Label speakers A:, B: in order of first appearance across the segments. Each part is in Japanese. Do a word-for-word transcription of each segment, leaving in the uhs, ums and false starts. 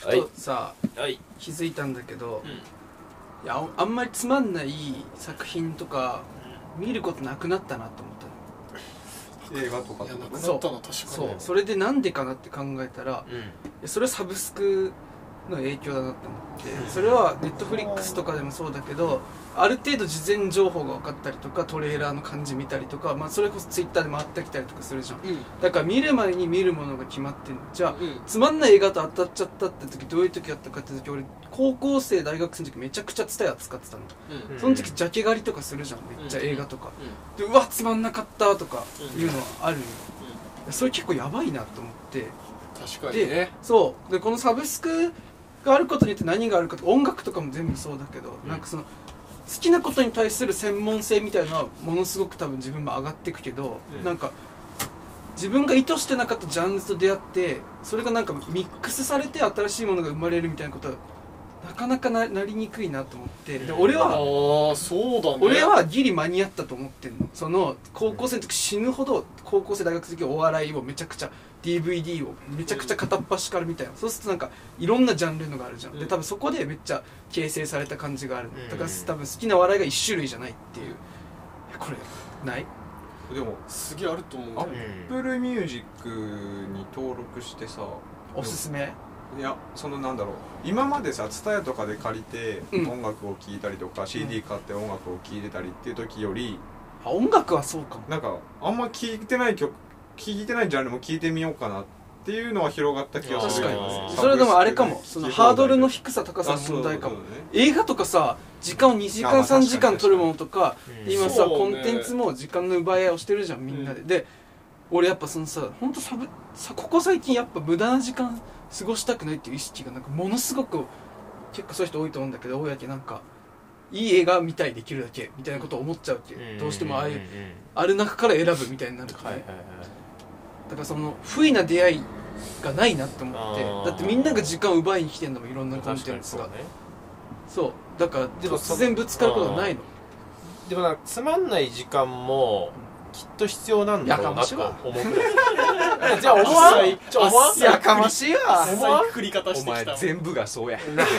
A: ふとさ、
B: はい、
A: 気づいたんだけど、
B: うん、
A: いやあんまりつまんない作品とか見ることなくなったなと思ったの。
C: 映画とかとか
D: なくなったの確かに。
A: そう、それでなんでかなって考えたら、
B: うん、
A: それはサブスクの影響だなって思って、それはネットフリックスとかでもそうだけど、ある程度事前情報が分かったりとか、トレーラーの感じ見たりとか、まあ、それこそツイッターで回ってきたりとかするじゃん、うん、だから見る前に見るものが決まってんの。じゃあ、うん、つまんない映画と当たっちゃったって時どういう時だったかって時、俺高校生大学生の時めちゃくちゃツタヤ使ってたの、うん、その時ジャケ狩りとかするじゃん、めっちゃ映画とか、うん、でうわつまんなかったとかいうのはあるよ、うん、それ結構やばいなと思って。
D: 確かにね。
A: でそうでこのサブスクがあることによって何があるかとか、音楽とかも全部そうだけど、うん、なんかその好きなことに対する専門性みたいなのはものすごく多分自分も上がっていくけど、うん、なんか自分が意図してなかったジャンルと出会って、それがなんかミックスされて新しいものが生まれるみたいなことはなかなか な, なりにくいなと思って、で俺は
D: あそうだ、ね、
A: 俺はギリ間に合ったと思ってんの。その高校生の時死ぬほど、高校生大学生の時お笑いをめちゃくちゃ ディーブイディー をめちゃくちゃ片っ端からみたいな、そうするとなんかいろんなジャンルのがあるじゃん、で多分そこでめっちゃ形成された感じがあるのだから、多分好きな笑いが一種類じゃないっていう。これない
C: でも
D: すげえあると思う。
C: アップルミュージックに登録してさ、
A: おすすめ。
C: いやそのなんだろう、今までさ ツタヤ とかで借りて音楽を聴いたりとか、うん、シーディー 買って音楽を聴いてたりっていう時より、
A: あ音楽はそうかも、
C: なんかあんま聴いてない曲聴いてないジャンルも聴いてみようかなっていうのは広がった気がする。
A: 確かにそれでもあれかも、そのハードルの低さ高さの問題かも、ね、映画とかさ時間をにじかんさんじかん取るものとか、今さ、ね、コンテンツも時間の奪い合いをしてるじゃんみんなで、うん、で俺やっぱそのさ本当サブさここ最近やっぱ無駄な時間過ごしたくないっていう意識がなんかものすごく結構そういう人多いと思うんだけど、大やけなんかいい映画見たいできるだけみたいなことを思っちゃうっていう、どうしてもああいうある中から選ぶみたいになるから、ね、だからその不意な出会いがないなって思って、だってみんなが時間を奪いに来てんだもん、いろんなコンテンツが。そうだから突然ぶつかることはないの。
B: でもなんかつまんない時間もきっと必要なんだろうなと思うくらい。じゃあ思わん？ちょ思わん？
A: やかましいわ。
D: 思わん？振り方してきた。
C: お前全部がそうや。
B: それ何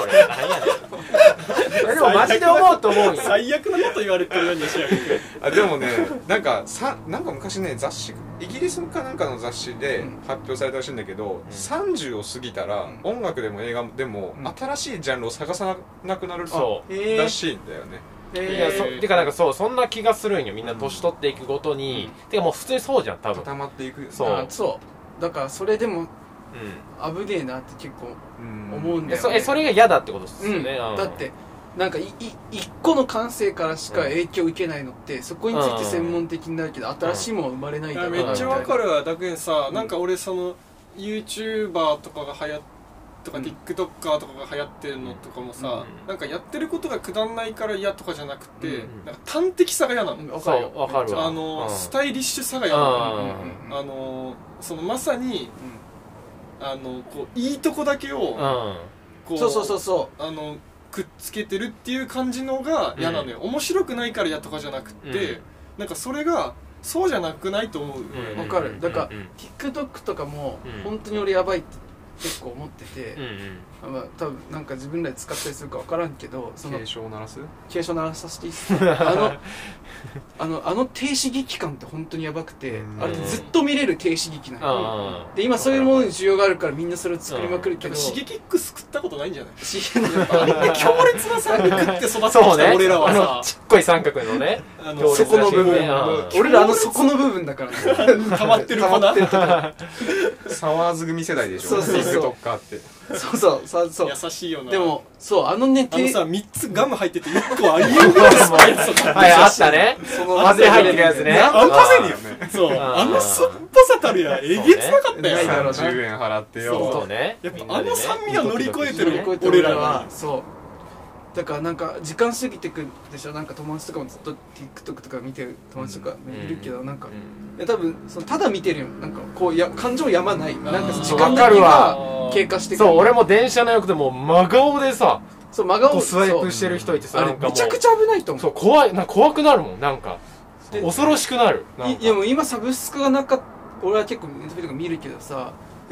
B: やねん。でもマジで思うと思うよ。
D: 最悪なこと言われてるようにしや
C: あでもね、なんかさなんか昔ね雑誌イギリスかなんかの雑誌で発表されたらしいんだけど、うん、さんじゅうを過ぎたら、うん、音楽でも映画でも、うん、新しいジャンルを探さなくなるらしいんだよね。
B: いやそてかなんかそうそんな気がするんよ、みんな年取っていくごとに、うん、てかもう普通にそうじゃん多分
C: 固まっていくよね。
A: そうそうだからそれでも、うん、危ねえなって結構思うんだよね。
B: そ, えそれが嫌だってことですよね、
A: うん、だってなんかいい一個の感性からしか影響を受けないのって、うん、そこについて専門的になるけど、うん、新しいもの生まれないだろうなみたいな。
D: めっちゃわかるわ。だけどさ、うん、なんか俺その YouTuber とかが流行ってとか TikToker とかが流行ってるのとかもさ、うん、なんかやってることがくだんないから嫌とかじゃなくて、うん、なんか端的さが嫌なの。
B: そう、わかるわ。
D: あの、うん、スタイリッシュさが嫌なの。あのそのまさに、うん、あのこういいとこだけを、うん、
A: こうそうそうそうそう
D: あのくっつけてるっていう感じのが嫌なのよ。うん、面白くないから嫌とかじゃなくて、うん、なんかそれがそうじゃなくないと思う。
A: わ、うん、かる。だから、うん、TikTok とかも、うん、本当に俺やばいって結構思ってて、うんうん、まあ、多分なんか自分らで使ったりするか分からんけど、その
C: 警鐘を鳴らす
A: 警鐘鳴らさせていいっすか。あのあのあの停止劇感って本当にやばくて、うん、あれずっと見れる停止劇なの、うん、で今そういうものに需要があるからみんなそれを作りまくるけど、
D: シゲキックス食ったことないんじゃない？あれって強烈な三角食って育ってきた、
B: ね、
D: 俺らはさ、
B: あのちっこい三角のね
A: あのそこの部分、俺らあの底の部分だからね
D: 溜まってるかな
C: サワーズ組世代でしょ。
A: そうそうそう、そうそうそうそう、
D: 優しいよな。
A: でもそうあのね、
D: あのさみっつガム入ってていっこありえんぐらいスパイスとか
B: はいあったね、その混ぜ入ってるやつね。
D: あのパセリよね。そうあの酸っぱさたるやえげつなかったよ。
C: さんじゅうえん払ってよ。
B: そうね、
D: やっぱあの酸味は乗り越えてる俺らは。
A: そうだからなんか時間過ぎてくでしょ。なんか友達とかもずっと TikTok とか見てる友達とかいるけど、なんか多分そのただ見てるよ。なんかこうや感情やまない、なんか時間だけが経過してくる。
B: そう俺も電車の横でもう真顔でさ、
A: そう真顔
B: スワイプしてる人いてさ、
A: あれめちゃくちゃ危ないと思う。
B: そう怖い、なんか怖くなるもん、なんか恐ろしくなる。
A: いやもう今サブスクがなかった、俺は結構ネットフリとか見るけどさ、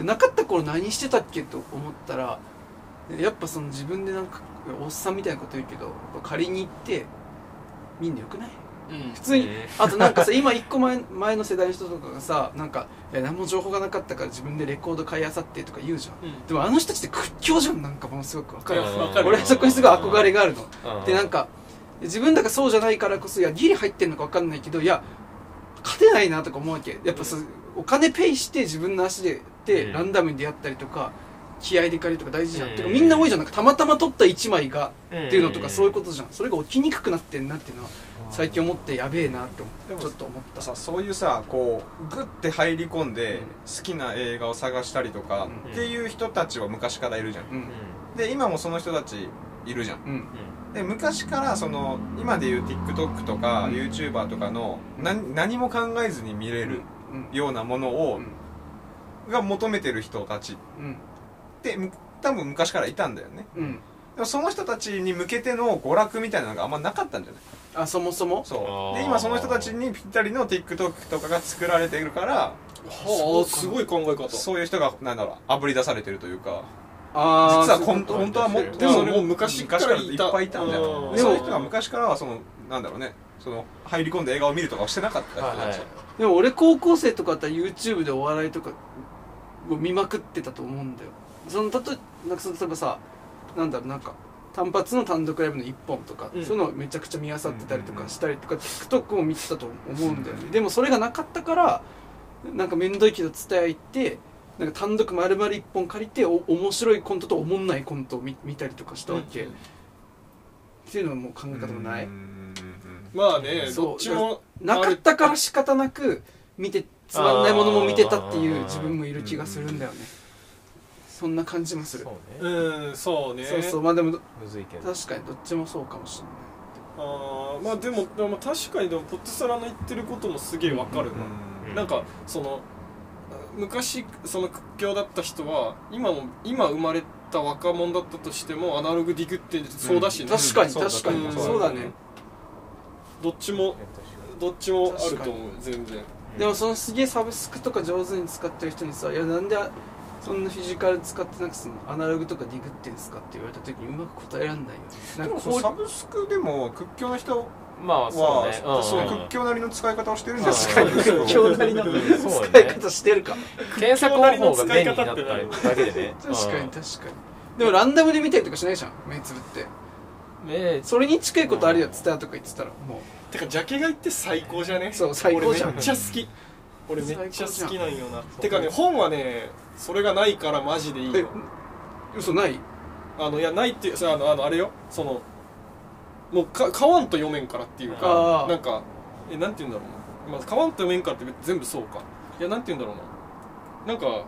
A: なかった頃何してたっけと思ったらやっぱその自分でなんかおっさんみたいなこと言うけど借りに行ってみんなよくない、うん、普通にあとなんかさ今一個前前の世代の人とかがさなんかいや何も情報がなかったから自分でレコード買いあさってとか言うじゃん、うん、でもあの人たちって屈強じゃんなんかものすごく分かる分かる俺はそこにすごい憧れがあるのでなんか自分だからそうじゃないからこそいやギリ入ってんのか分かんないけどいや勝てないなとか思うわけやっぱさお金ペイして自分の足でで、うん、ランダムに出会ったりとか気合で借りるとか大事じゃん、うん、てかみんな多いじゃんなんかたまたま取ったいちまいが、うん、っていうのとかそういうことじゃんそれが起きにくくなってんなっていうのは最近思ってやべえなって思ってちょっと思った
C: さそういうさこうグッて入り込んで好きな映画を探したりとか、うん、っていう人たちは昔からいるじゃん、うん、で今もその人たちいるじゃん、うんで昔からその今でいう TikTok とか YouTuber とかの何、何も考えずに見れるようなものをが求めてる人たちって多分昔からいたんだよね、うん、でもその人たちに向けての娯楽みたいなのがあんまなかったんじゃない
A: あそもそも
C: そうで今その人たちにぴったりの TikTok とかが作られているからは
D: あすごい考え方
C: そういう人がなんだろうあぶり出されてるというか
A: あ
C: 実は本当本当はもっと
D: でももう昔から
C: いっぱいいたんだよでもそういう人が昔からはそのなんだろうねその入り込んで映画を見るとかをしてなかった人たち、はいはい、
A: でも俺高校生とかだったら YouTube でお笑いとかを見まくってたと思うんだよそのたとなんかその例えばさなんだろうなんか単発の単独ライブのいっぽんとか、うん、そういうのをめちゃくちゃ見漁ってたりとかしたりとか、うんうんうん、TikTok も見てたと思うんだよね、うん、でもそれがなかったからなんか面倒いけど伝え行ってなんか単独丸々いっぽん借りてお面白いコントとおもんないコントを 見, 見たりとかしたわけ、うん、っていうのはもう考え方もない
D: まあねどっちも
A: なかったから仕方なく見てつまんないものも見てたっていう自分もいる気がするんだよねそんな感じもする
D: そうねうんそうね
A: そうそうまあでも
B: むずいけど
A: 確かにどっちもそうかもしれない
D: あまあでもでも確かにでもポットサラの言ってることもすげえわかるな、うんうん、なんかその昔その屈強だった人は今も今生まれた若者だったとしてもアナログディグってそうだしね、
A: うん、確かに確かに、うん、そうだね
D: どっちもどっちもあると思う全然
A: でもそのすげえサブスクとか上手に使ってる人にさいやなんでそんなフィジカル使ってなくてアナログとかディグってんすかって言われた時にうまく答えられないよ
C: なんかこうサブスクでも屈強な人
B: まあそうね、
C: うん、そう屈強なりの使い方をしてるんじゃない
A: 確かに屈強なりの使い方してるか
B: 検索方法が便利になっただけでね
A: 確かに確かにでもランダムで見たりとかしないじゃん目つぶって目それに近いことあるよツタとか言ってたらもう
D: てかジャケ買いって最高じゃね
A: そう最高じゃん
D: 俺めっちゃ好き俺めっちゃ好きなんよなてかね本はねそれがないからマジでいいよ
A: 嘘ない
D: あのいやないっていうあのあのあれよそのもうか買わんと読めんからっていうかなんかえなんて言うんだろうな、まあ、買わんと読めんからって全部そうかいやなんて言うんだろうななんか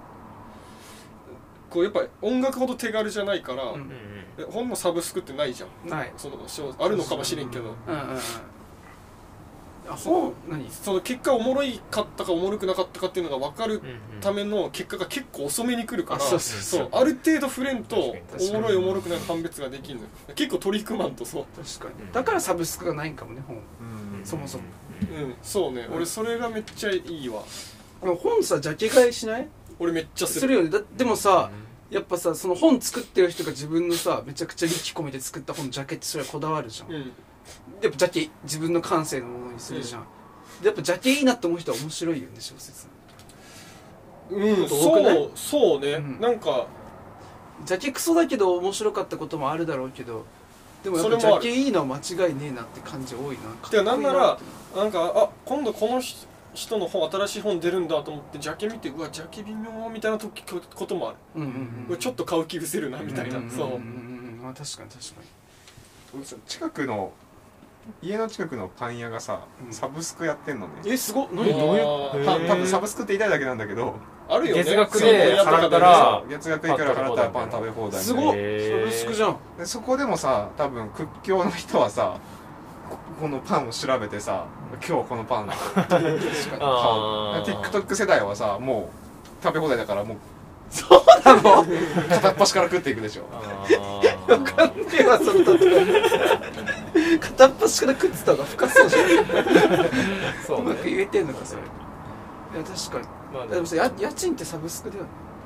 D: こうやっぱり音楽ほど手軽じゃないから、うんうんうん、本のサブスクってないじゃん
A: ない
D: そのあるのかもしれんけど、うんうんうん、
A: あ本何
D: その結果おもろいかったかおもろくなかったかっていうのが分かるための結果が結構遅めに来るから、うんうん、そうそうそうそうある程度触れんとおもろいおもろくない判別ができるの結構取り組まんとそう
A: 確かにだからサブスクがないんかもね本、うん、そもそも
D: うんそうね、うん、俺それがめっちゃいいわ
A: 本さジャケ買いしない？
D: 俺めっちゃする
A: するよねだでもさ、うん、やっぱさその本作ってる人が自分のさめちゃくちゃ力込めて作った本のジャケってそれはこだわるじゃん、うん、やっぱジャケ自分の感性のものにするじゃん、うん、やっぱジャケいいなって思う人は面白いよね小説
D: うんそうそうね、うん、なんか
A: ジャケクソだけど面白かったこともあるだろうけどでもやっぱジャケいいのは間違いねえなって感じ多いな
D: てかなんならなんかあ今度この人の本新しい本出るんだと思ってジャケ見てうわジャケ微妙みたいな時こともある、うんうんうん、ちょっと買う気失せるなみたいな、うんうんうん、そう、うんうん、
A: まあ確かに確かに
C: 近くの家の近くのパン屋がさ、うん、サブスクやってんのね
A: えすごっ何どういう
C: た多分サブスクって言いたいだけなんだけど
D: あるよね
B: 月額で払ったら
C: 月額いくら払ったらパン食べ放題
A: すごっサブスクじゃん
C: でそこでもさ多分屈強の人はさこのパンを調べてさ今日このパン買うTikTok 世代はさもう食べ放題だからもう
A: そうなの
C: 片っ端から食っていくでしょ
A: わかんねえわその例え片っ端から食ってた方が深そうじゃんそう、ね、うまく言えてんのかそれいや確かに、まあ、でもさ家賃ってサブスクだよね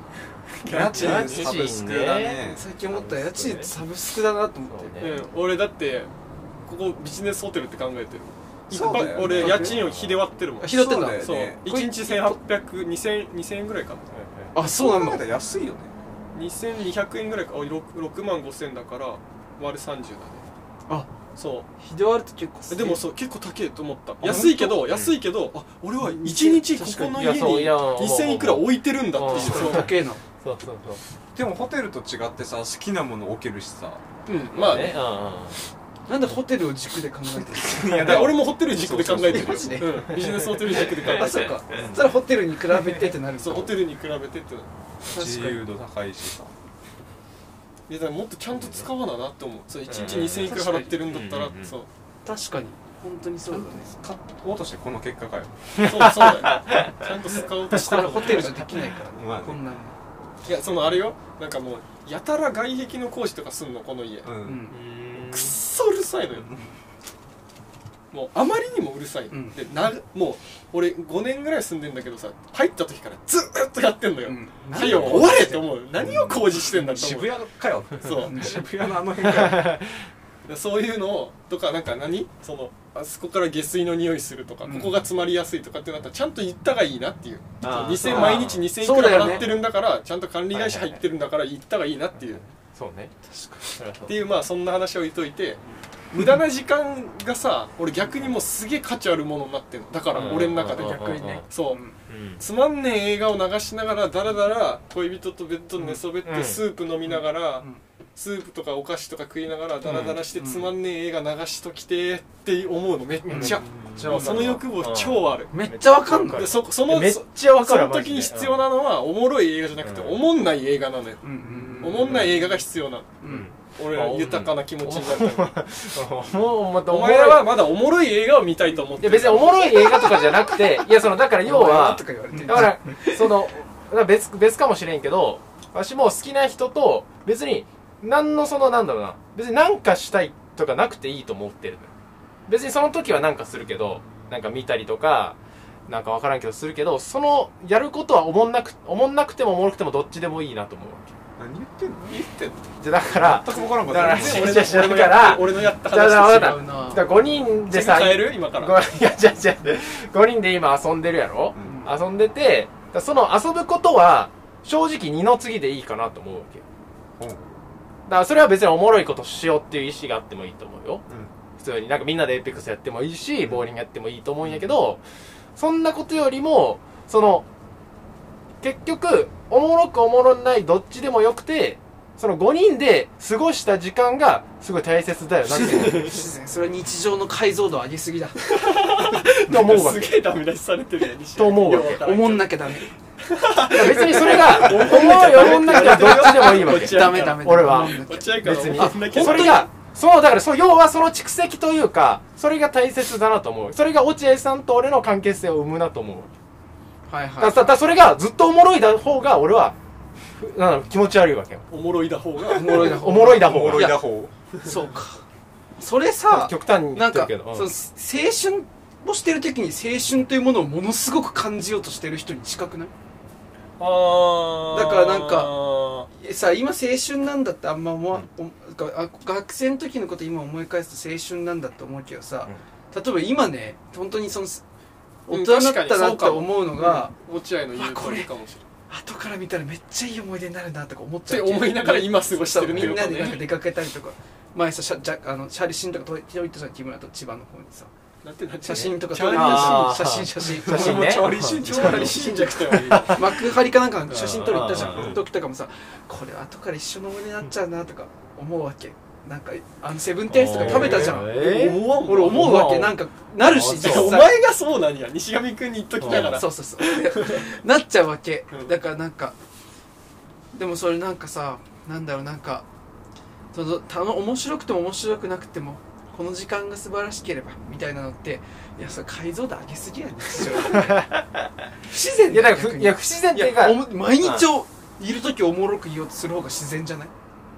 C: 家賃
B: 家賃
C: サブスクだね。
A: 最近思ったら家賃サブスクだなと思って、
B: そうね
D: うん、俺だってここビジネスホテルって考えてる。
C: そうだよね
D: 俺家賃を日で割ってるもん。
A: 拾ってんだ
C: そうだよね
D: そういちにちせんはっぴゃく、にせんえんぐらいかな。
A: あそうなんだ。
C: 考えたら安いよね。
D: にせんにひゃくえんぐらいか。あ ろくまんごせんだから割るさんじゅうだね。
A: あ
D: そう
A: 日で割ると結構
D: でもそう結構高いと思った。
C: あ
D: 安いけど
C: 本当
D: 安いけど、あ俺はいちにちここの家
B: いやそういや
D: ににせんいくら置いてるんだっていう。
B: うん
D: そう
A: 高えな。
B: そうそうそう
C: でもホテルと違ってさ、好きなもの置けるしさ。
D: うんまあね。
B: ねうんうん
A: なんでホテルを軸で考えてる
C: いや
D: いや俺もホテル軸で考えてるよ。
A: マジで
D: うんビジネスホテル軸で考えてる。
A: あそうか。そしたらホテルに比べてってなる。
D: そうホテルに比べてってなる。
C: 自由度高いしさ。
D: いやだからもっとちゃんと使わななって思う。そういちにちにせんいくら払ってるんだったら
B: うん
D: そう
A: 確かに本当にそうだね。
C: 買おうとしてこの結果かよ。
D: そうそうだよ。ちゃんと使おうとし
A: こ
D: たら
A: れホテルじゃできないからね、
C: まあね
A: こんなの。
D: いやそのあれよなんかもうやたら外壁の工事とかすんのこの家。
C: う。
A: うんん
D: くっそうるさいのよ。もうあまりにもうるさい、
A: うん
D: でなもう俺ごねんぐらい住んでんだけどさ入った時からずっとやってんのよ、
A: うん
D: 作業終われって思う。何を工事してんだって思う。
C: 渋谷かよ。
D: そう
C: 渋谷のあの辺かよ。
D: でそういうのをとかなんか何そのあそこから下水の匂いするとか、
A: うん
D: ここが詰まりやすいとかってなったらちゃんと言ったがいいなっていう。
B: あー
D: にせん
B: そう
D: 毎日にせんいくら払ってるんだからちゃんと管理会社入ってるんだから言ったがいいなっていう、
B: そうね確かに
D: っていうまあそんな話を言っといて、無駄な時間がさ俺逆にもうすげえ価値あるものになってんの。だから俺の中で
A: 逆にね
D: そう、
A: うん
D: つまんねえ映画を流しながらダラダラ恋人とベッドに寝そべっ
B: うん
D: てスープ飲みながら、
A: ん
D: スープとかお菓子とか食いながらダラダラしてつまんねえ映画流しときてって思うのめっちゃ、もうその欲望超ある。
A: めっちゃわかんない。
D: でそその
B: めっちゃわ
D: そ
B: かる
D: の時に必要なのはおもろい映画じゃなくて
B: うん
D: おもんない映画なのよ。
A: うん
D: おもんない映画が必要なの。
A: うん
D: 俺は豊かな気持ちになるから
B: もうまた
D: お前らはまだおもろい映画を見たいと思ってる。
B: いや別におもろい映画とかじゃなくていやそのだから要は
A: とか言われてる
B: だからその別別かもしれんけど私も好きな人と別に何のそのなんだろうな別に何かしたいとかなくていいと思ってるのよ。別にその時は何かするけどなんか見たりとかなんか分からんけどするけどそのやることはおもんなくおもんなくてもおもろくてもどっちでもいいなと思うわけ。
C: 何言ってんの？
D: 言ってんの
B: じゃだから
C: 全く分からんかっ
B: だから
C: た。
B: 違う違う
D: 俺の
B: だから
D: 俺のやった
B: じゃあ
D: 話と違う。
B: 分かった
A: 違うな
B: だからごにんでさ
D: 変える今から
B: ごいやじゃじゃごにんで今遊んでるやろ、
C: うん
B: 遊んでてだからその遊ぶことは正直二の次でいいかなと思うわけよ。
C: うん
B: だからそれは別におもろいことしようっていう意思があってもいいと思うよ。
C: うん
B: 普通になんかみんなでエイペックスやってもいいしボーリングやってもいいと思うんやけどそんなことよりもその結局おもろくおもろないどっちでもよくてそのごにんで過ごした時間がすごい大切だよなって
A: それは日常の解像度上げすぎだ。
B: と思うわ
D: す
B: け
D: げえダメ出しされてるやん西
B: と思うわけ
A: おもんなきゃダメ。
B: いや別にそれがおもろいおもんなくてはどっちでもいいわけ
A: ダメダメ。
B: 俺は
A: おもんなきゃ
D: 落合から
B: 別に
D: おもんなきゃ
B: それがそうだからそう要はその蓄積というかそれが大切だなと思う。それが落合さんと俺の関係性を生むなと思うわけ
A: はいはい。
B: だからだからそれがずっとおもろいだ方が俺はふなんだろう気持ち悪いわけよ。
D: おもろいだ方が
A: おもろいな。
B: おもろいだ
C: おも
B: 方が
C: ろいだ方。
A: そうか。それさ、
B: 極端に言
A: なんか
B: ってるけど、うん
A: その青春をしてる時に青春というものをものすごく感じようとしてる人に近くない？
D: あー
A: だからなんかえさ今青春なんだってあんま思わ、おあ学生の時のこと今思い返すと青春なんだって思うけどさ、例えば今ね本当にその大人になったなって思うのが、
D: 落合の言う通りかもしれない
A: 後から見たらめっちゃいい思い出になるなとか思っちゃう
D: って思いながら今過ごしてるって
A: みんな
D: ことね
A: でなんか出かけたりとか前さシャじゃあのシャリシンとか撮り行ったじゃん木村と千葉の方にさ
D: なんてなんて
A: 写真とか
D: チャーリ
B: あー
A: 写真写真
B: 写真ね
D: チャーリーシンチャーリーシンじゃなくて
A: 幕張かなんかの写真撮り行ったじゃ
B: うん
A: ん時とかもさこれ後から一緒の思い出になっちゃうなとか思うわけ。なんかあのセブンテンアイスとか食べたじゃん、
B: えー
D: 思わん
A: 俺思うわけなんかなるし
B: あ
A: 実際
D: お前がそうなんや西上君に言っときながら
A: そうそうそうなっちゃうわけ、
D: うん
A: だからなんかでもそれなんかさなんだろうなんかそのたの面白くても面白くなくてもこの時間が素晴らしければみたいなのっていやそれ解像度上げすぎやね不自然
B: いや
A: だよ
B: だからふいや不自然っていうか
A: いやおも毎日をいる時おもろく言おうとする方が自然じゃない？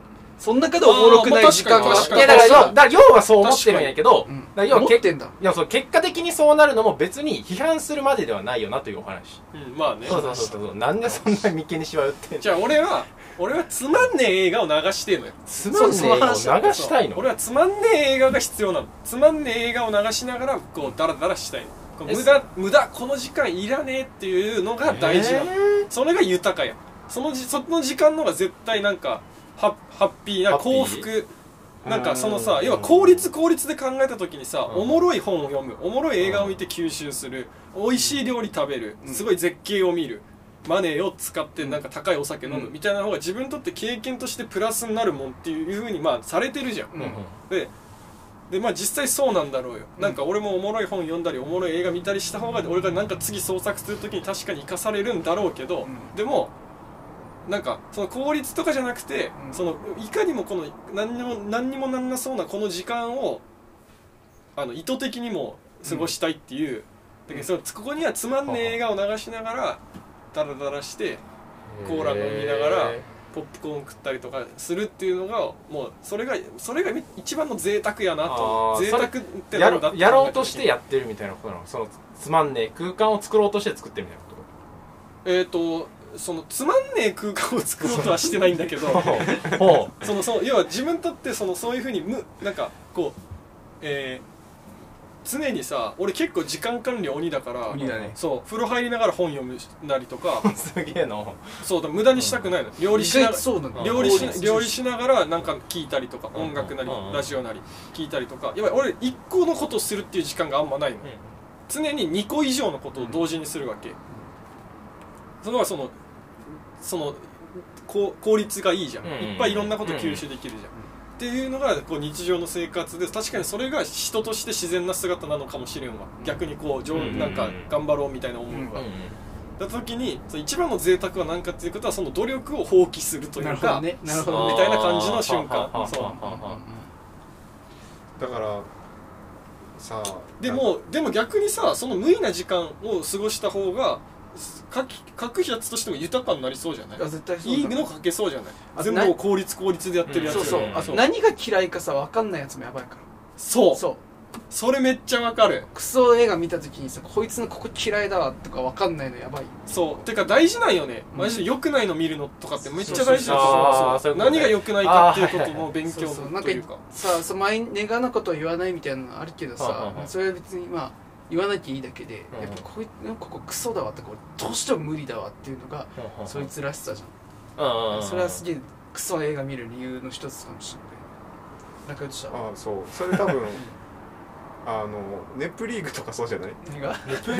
A: その中でおもろくない時間があった
D: あーまあ確かに
B: いやだから要だから要はそう思ってるんやけど、
A: うん
B: だから要はけ
A: 思ってんだ
B: いやそう結果的にそうなるのも別に批判するまでではないよなというお話。
D: うんまあね
B: そうそうそうそうなんでそんな眉間にしわ寄ってんの。
D: じゃあ俺は俺はつまんねえ映画を流してんのよ
B: つまんねえのを流したいの。
D: 俺はつまんねえ映画が必要なの。つまんねえ映画を流しながらこうダラダラしたいの。こう無駄無駄この時間いらねえっていうのが大事なの、
B: え
D: それが豊かや。そのじその時間の方が絶対なんかハハッピーな
B: ハッピー
D: 幸福なんかそのさ
C: うん
D: 要は効率効率で考えた時にさ、
B: うん
D: おもろい本を読む、おもろい映画を見て吸収する、美味しい料理食べる、すごい絶景を見る、マネーを使ってなんか高いお酒飲む
A: うん
D: みたいな方が自分にとって経験としてプラスになるもんっていうふうにまあされてるじゃん、
A: うん
D: ででまあ実際そうなんだろうよ、
A: うん
D: なんか俺もおもろい本読んだりおもろい映画見たりした方が俺がなんか次創作する時に確かに生かされるんだろうけど、
A: うん
D: でもなんかその効率とかじゃなくて、
A: うん
D: そのいかにもこの何にも何にもなんなそうなこの時間をあの意図的にも過ごしたいっていう、だけどそのここにはつまんねえ映画を流しながらダラダラしてコーラ飲みながらポップコーン食ったりとかするっていうのがもうそれがそれが一番の贅沢やなと。
B: あー
D: 贅沢って
B: や
D: なんだって
B: ろやろうとしてやってるみたいなことなの。そのつまんねえ空間を作ろうとして作ってるみたいなこと
D: えっ、とそのつまんねえ空間を作ろうとはしてないんだけど
B: ほう
D: そのその要は自分にとってそのそういうふうにむなんかこう、えー常にさ俺結構時間管理鬼だから
A: 鬼だね
D: そう風呂入りながら本読むなりとか
B: すげえの。
D: そうだ無駄にしたくないの、料理しながら
A: そうなんだ
D: 料理し
A: 効率
D: 料理しながらなんか聞いたりとか
B: うん
D: 音楽なり
B: うん
D: ラジオなり聞いたりとかやばい俺一個のことをするっていう時間があんまないの、常ににこ以上のことを同時にするわけ、そのはそのそのこう効率がいいじゃん、
B: うん
D: いっぱいいろんなこと吸収できるじゃん、っていうのがこう日常の生活で確かにそれが人として自然な姿なのかもしれんわ、逆にこう上
B: うん
D: なんか頑張ろうみたいな思うわ、
B: うん
D: だった時にその一番の贅沢は何かっていうことはその努力を放棄するというか
A: なるほどねなるほど
D: みたいな感じの瞬間
B: はあはあはあ
D: そう
B: はあは
C: だからさあ
D: でもでも逆にさその無意な時間を過ごした方が書き書くやつとしても豊かになりそうじゃない
A: あ絶対そうだ
D: いいの書けそうじゃない
A: あ
D: 全部を効率効率でやってるやつ
A: そうそう
B: うん
A: あ何が嫌いかさ分かんないやつもやばいから
D: そう
A: そう
D: それめっちゃわかる
A: クソ映画見た時にさこいつのここ嫌いだわとか分かんないのやばい
D: そうてか大事なんよねマジで良くないの見るのとかってめっちゃ大事だ
B: そうそうそうあー
D: そう
B: そういうことね
D: 何が良くないかっていうことの勉強
A: そうそうなん
D: というか
A: さそう前ネガなことは言わないみたいなのあるけどさ、
B: はあはあ
A: それは別にまあ言わなきゃいいだけで、
B: うん
A: やっぱこいなんかここクソだわとかどうしても無理だわっていうのが、
B: あ
A: そいつらしさじゃ
B: うん
A: ん、それはすげえクソ映画見る理由の一つかもしれない。なんか言ってた
C: あそうそれ多分あのネプリーグとかそうじゃない
A: 何が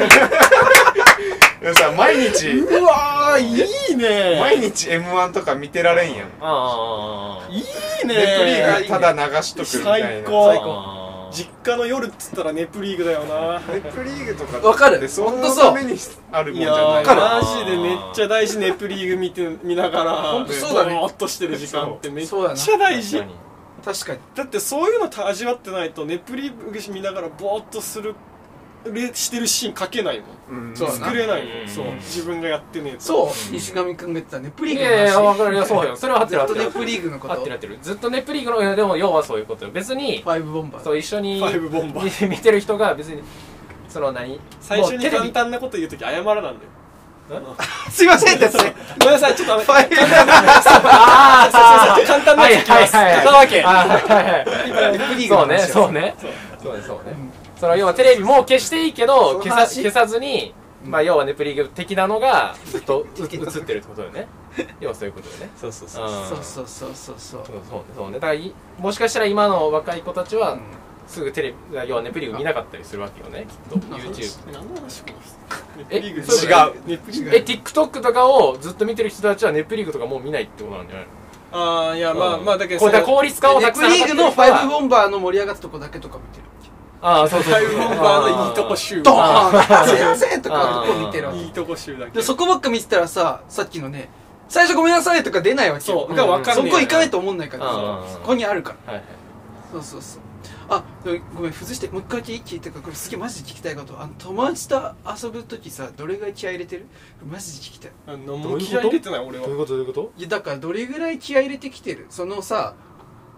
C: いやさ毎日
D: うわーいいね
C: 毎日 エムワン とか見てられんやん
B: ああ
D: いい
C: ネ
D: ね
C: プリーグただ流しとくみたいな
D: 最高
A: 最
B: 高
D: 実家の夜っつったらネプリーグだよな
C: ネプリーグとか
A: わかる
C: ってそん
A: ほんとそう
C: なためにあるもん
D: いや
C: じゃない
D: ーマジでめっちゃ大事ネプリーグ見て見ながら
A: ほんとそうだね
D: ぼーっとしてる時間ってめっち
A: そうだな
D: ゃ大事
B: 確かに
A: 確かに
D: だってそういうのと味わってないとネプリーグ見ながらぼーっとするれしてるシーン描けないもん
C: うん
A: そうだな
D: 作れないも
B: うん
D: んそう自分がやってねえと
A: そう西上君が言ってたネプリー
B: い
A: グの
B: やいや分
A: 話
B: かるよそうよそれは合って
A: ず
B: る合ってる
A: っとネプリーグのこと
B: 合ってる合ってるずっとネプリーグのいやでも要はそういうことよ別に
A: ファイブボンバー
B: そう一緒に
D: ファイブボンバー
B: 見見てる人が別にその何
D: 最初に
B: もうテレビ
D: 簡単なこと言うとき謝らなんだよ
A: すいませんですね
D: ごめんなさいちょっとあの
A: ファイブ
B: ああ
D: 簡単なやついきます
B: はいはいはい
D: 片わけ
B: あはいはいはい
A: ネプリーグの
B: そうね
A: 話
B: そうねそうねそうねその要はテレビも消していいけど消さ
A: その話
B: 消さずにまあ要はネプリーグ的なのがずっとう映ってるってことよね要はそういうことよね
D: そうそうそう
B: うん
A: そうそうそうそうそう
B: そうそうそうねだからいもしかしたら今の若い子たちは
A: うん
B: すぐテレビ要はネプリーグ見なかったりするわけよねきっと YouTube
D: 何の話かネプ
B: え
D: リーグ
B: そう
D: 違うネプリーグ
B: え TikTok とかをずっと見てる人たちはネプリーグとかもう見ないってことなんじゃないの
D: ああいやまあ
B: うん
D: まあだけど
B: これだから効率化を
A: ネ
B: たくさん
A: プリーグのファイブボンバーの盛り上がったとこだけとか見てる
B: ああそうそうそう
D: ファイブボンバーのいいとこ集
A: ドーンすいませんとかとこ見てるわけ
D: いいとこ集だけ
A: でそこばっか見てたらささっきのね最初ごめんなさいとか出ないわけよ
D: そうが分かんねえ
A: そこ行かないと思んないから
B: うん
A: そこにあるから
B: はいはい
A: そうそうそうあでもごめん付随してもう一回聞いてかこれすげえマジで聞きたいことあの友達と遊ぶ時さどれぐらい気合い入れてるマジで聞きたい
D: あのもう気合い入れてない俺は
B: どういうことどういうこと
A: いやだからどれぐらい気合い入れてきてるそのさ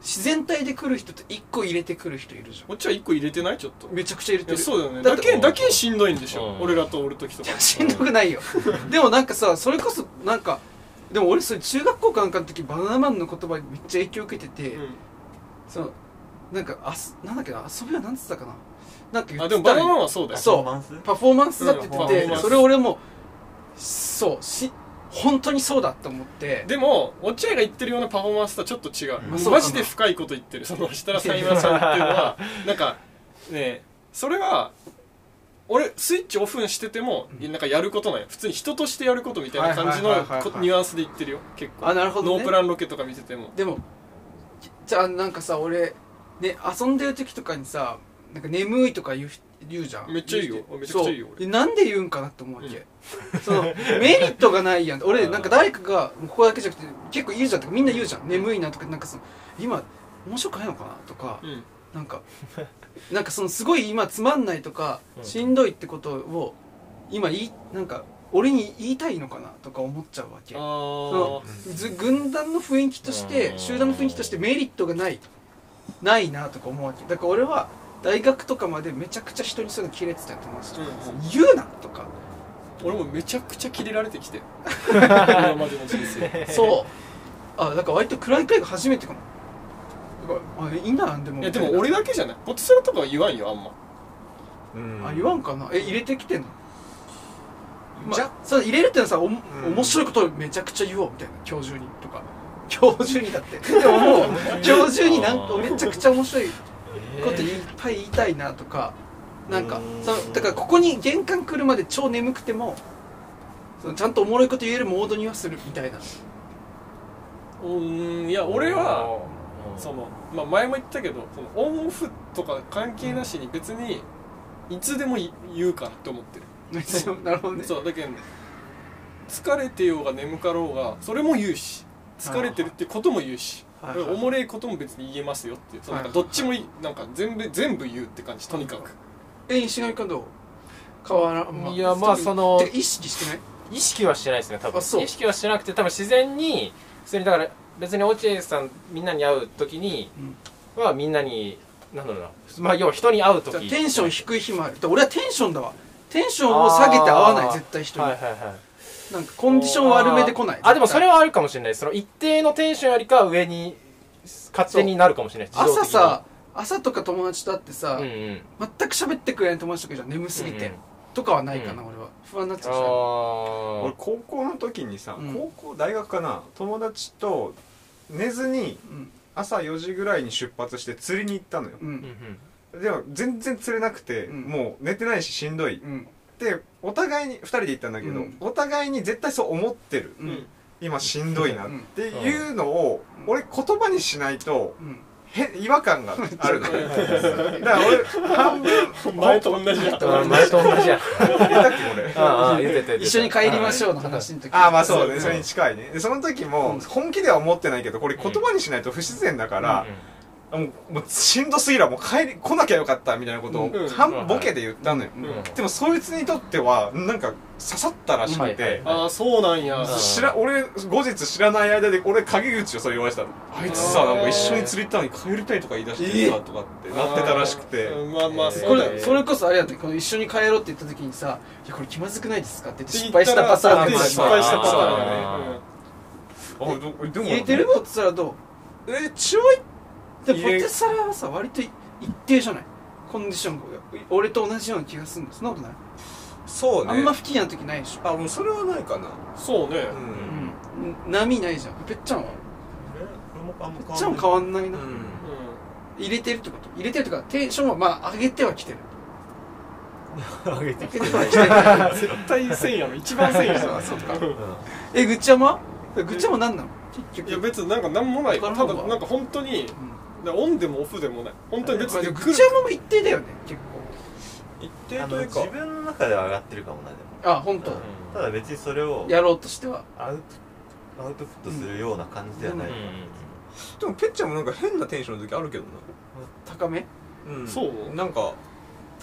A: 自然体で来る人といっこ入れてくる人いるじゃん。
D: こっちはいっこ入れてないちょっと
A: めちゃくちゃ入れてる。
D: そうだよね。
A: だって
D: だけだけしんどいんでしょ、
B: うん
D: 俺らとおる時とか。
A: いやしんどくないよでもなんかさそれこそなんかでも俺それ中学校かなんかの時バナナマンの言葉にめっちゃ影響を受けてて、
D: うん
A: そのなんかあすなんだっけな遊びはなんつったかななんか言
D: あ
A: ってた
D: でもバナナマンはそうだよ。
A: そう
E: パフォーマンス
A: パフォーマンスだって言って
D: うんパフォーマンス
A: てそれ俺もそうし本当にそうだと思って
D: でも落合が言ってるようなパフォーマンスとはちょっと違う、
E: うん
D: マジで深いこと言ってる。その設楽さん今さんっていうのはなんかねそれは俺スイッチオフにしててもなんかやることなんよ。普通に人としてやることみたいな感じの
A: はいはいはいはいはい
D: ニュアンスで言ってるよ結構。
A: あなるほどね
D: ノープランロケとか見てても。
A: でもじゃあなんかさ俺ね遊んでる時とかにさなんか眠いとか言う言うじゃん。
D: めっちゃいいよ
A: 言う
D: めちゃくちゃいいよ
A: そうでなんで言うんかなって思うわけ、そのメリットがないやん俺なんか誰かがここだけじゃなくて結構言うじゃんとかみんな言うじゃん眠いなとかなんかその今面白くないのかなとか、
D: うん
A: なんかなんかそのすごい今つまんないとか
B: うん
A: しんどいってことを今言いなんか俺に言いたいのかなとか思っちゃうわけ。
D: あ
A: そ
D: ー
A: のず軍団の雰囲気として
B: うん
A: 集団の雰囲気としてメリットがないないなとか思うわけだから俺は大学とかまでめちゃくちゃ人にそういうのキレてたよ友達とか、
D: うんうん
A: 言うなとか
D: 俺もめちゃくちゃキレられてきて今までの人生
A: そうあだから割と暗い会が初めてかもだからあいいんだなんでも
D: いやでも俺だけじゃないポテサラとかは言わんよあんま。
C: うん
A: あ言わんかなえ入れてきてんのま
C: じゃ
A: あ、それ入れるってのはさお、
C: ん
A: 面白いことをめちゃくちゃ言おうみたいな今日中にとか今日中にだってでももう今日中になんかめちゃくちゃ面白いこといっぱい言いたいなとかなんか
E: うん
A: そのだからここに玄関来るまで超眠くてもそのちゃんとおもろいこと言えるモードにはするみたいな
D: うーんいや俺は
B: うん
D: その、まあ、前も言ったけどそのオンオフとか関係なしに別にいつでも言うからって思ってる。
A: なるほどね
D: そうだけど疲れてようが眠かろうがそれも言うし疲れてるってことも言うし
A: はいはい
D: おもれいことも別に言えますよっていうそのなんかどっちもいいなんか全部全部言うって感じとにかく。
A: え石上君どう変わらん、
B: いやまあその
A: てか意識してない
B: 意識はしてないですね多分
A: あそう
B: 意識はしてなくて多分自然に普通にだから別に落合さんみんなに会う時にはみんなになんだろうなまあ要は人に会う時
A: じゃあテンション低い日もあるだから俺はテンションだわテンションを下げて合わない
B: あー
A: 絶対人に、
B: はいはいはい
A: なんかコンディション悪めで来ない
B: あーあでもそれ
A: は
B: はあるかもしれないその一定のテンションよりかは上に勝手になるかもしれない自動的に
A: 朝さ朝とか友達と会ってさ、
B: うんうん
A: 全く喋ってくれない友達とかじゃん眠すぎて、
B: うんうん
A: とかはないかな、俺は不安になっちゃうし
B: あ
C: 俺
B: ー
C: 高校の時にさ、
A: うん
C: 高校大学かな友達と寝ずに
A: うん
C: 朝よじぐらいに出発して釣りに行ったのよ
A: う
B: うんん
C: でも全然釣れなくて、
A: うん
C: もう寝てないししんどい
A: うん
C: でお互いにふたりで行ったんだけど、
A: うん
C: お互いに絶対そう思ってる、
A: うんうん
C: 今しんどいなっていうのを、
A: うん
C: 俺言葉にしないと
A: うん
C: へ違和感があるのよだから俺半分
D: 前と同じや
B: あー前と同じや
C: 言ったっけ俺
B: ああ言ってた言ってた
A: 一緒に帰りましょうの話の時
C: ああまあそうね
B: うん
C: それに近いねでその時
A: うん
C: も本気では思ってないけどこれ言葉にしないと不自然だから、もうもうしんどすぎらもう帰り来なきゃよかったみたいなことを
D: うん
C: 半ボケで言ったのよ、
A: うん
B: うん
C: でもそいつにとってはなんか刺さったらしくて、
B: はいはい
D: ああそうなんや。
B: うん
C: 知ら俺後日知らない間で俺陰口をそれ言われてたのあいつさなんか一緒に釣り行ったのに帰りたいとか言い出してさ、とかってなってたらしくて、
D: うんまあまあ
B: えー
A: こ
D: そうだよ
A: れそれこそあれやったこの一緒に帰ろうって言った時にさ「いやこれ気まずくないですか?」って言って失敗したパターン
D: で
A: で
D: 失敗したパターン
B: あ
D: だね。
C: あどでも
A: 入れてるポテサラど
C: えちょいう
A: でポ
C: 入れ
A: テサラはさ割と一定じゃないコンディションが俺と同じような気がするんだそんなことない
C: そうね
A: あんま不機嫌な時ないでしょ
C: あもうそれはないかな
D: そうね。
C: うん
A: うん波ないじゃんぺっちゃんは
E: 俺もあんま
A: ぺっちゃんは変わんないな、
C: うん
A: 入れてるってこと入れてるってかテンションはまあ上げてはきてる
E: 上げてきて
A: 上げてはきてる
D: 絶対せんやろ一番せんやろ。
A: そうか
E: うん
A: えぐっちゃまぐっちゃま何なの結局
D: いや別になんかなんもない。た
A: わからんわ
D: だなんか本当に
A: うん
D: だからオンでもオフでもない。本当に別
A: まあ
D: に
A: でもぐっちゃまも一定だよね結
C: 一
E: あの
C: 定というか
E: 自分の中では上がってるかもなでも
A: 構あ本当、
E: ただ別にそれを
A: やろうとしては
E: アウトアウトプットするような感じではない、
A: うん
C: でもペッちゃんもなんか変なテンションの時あるけど
A: 高め
C: な、うん
D: そう
C: なんか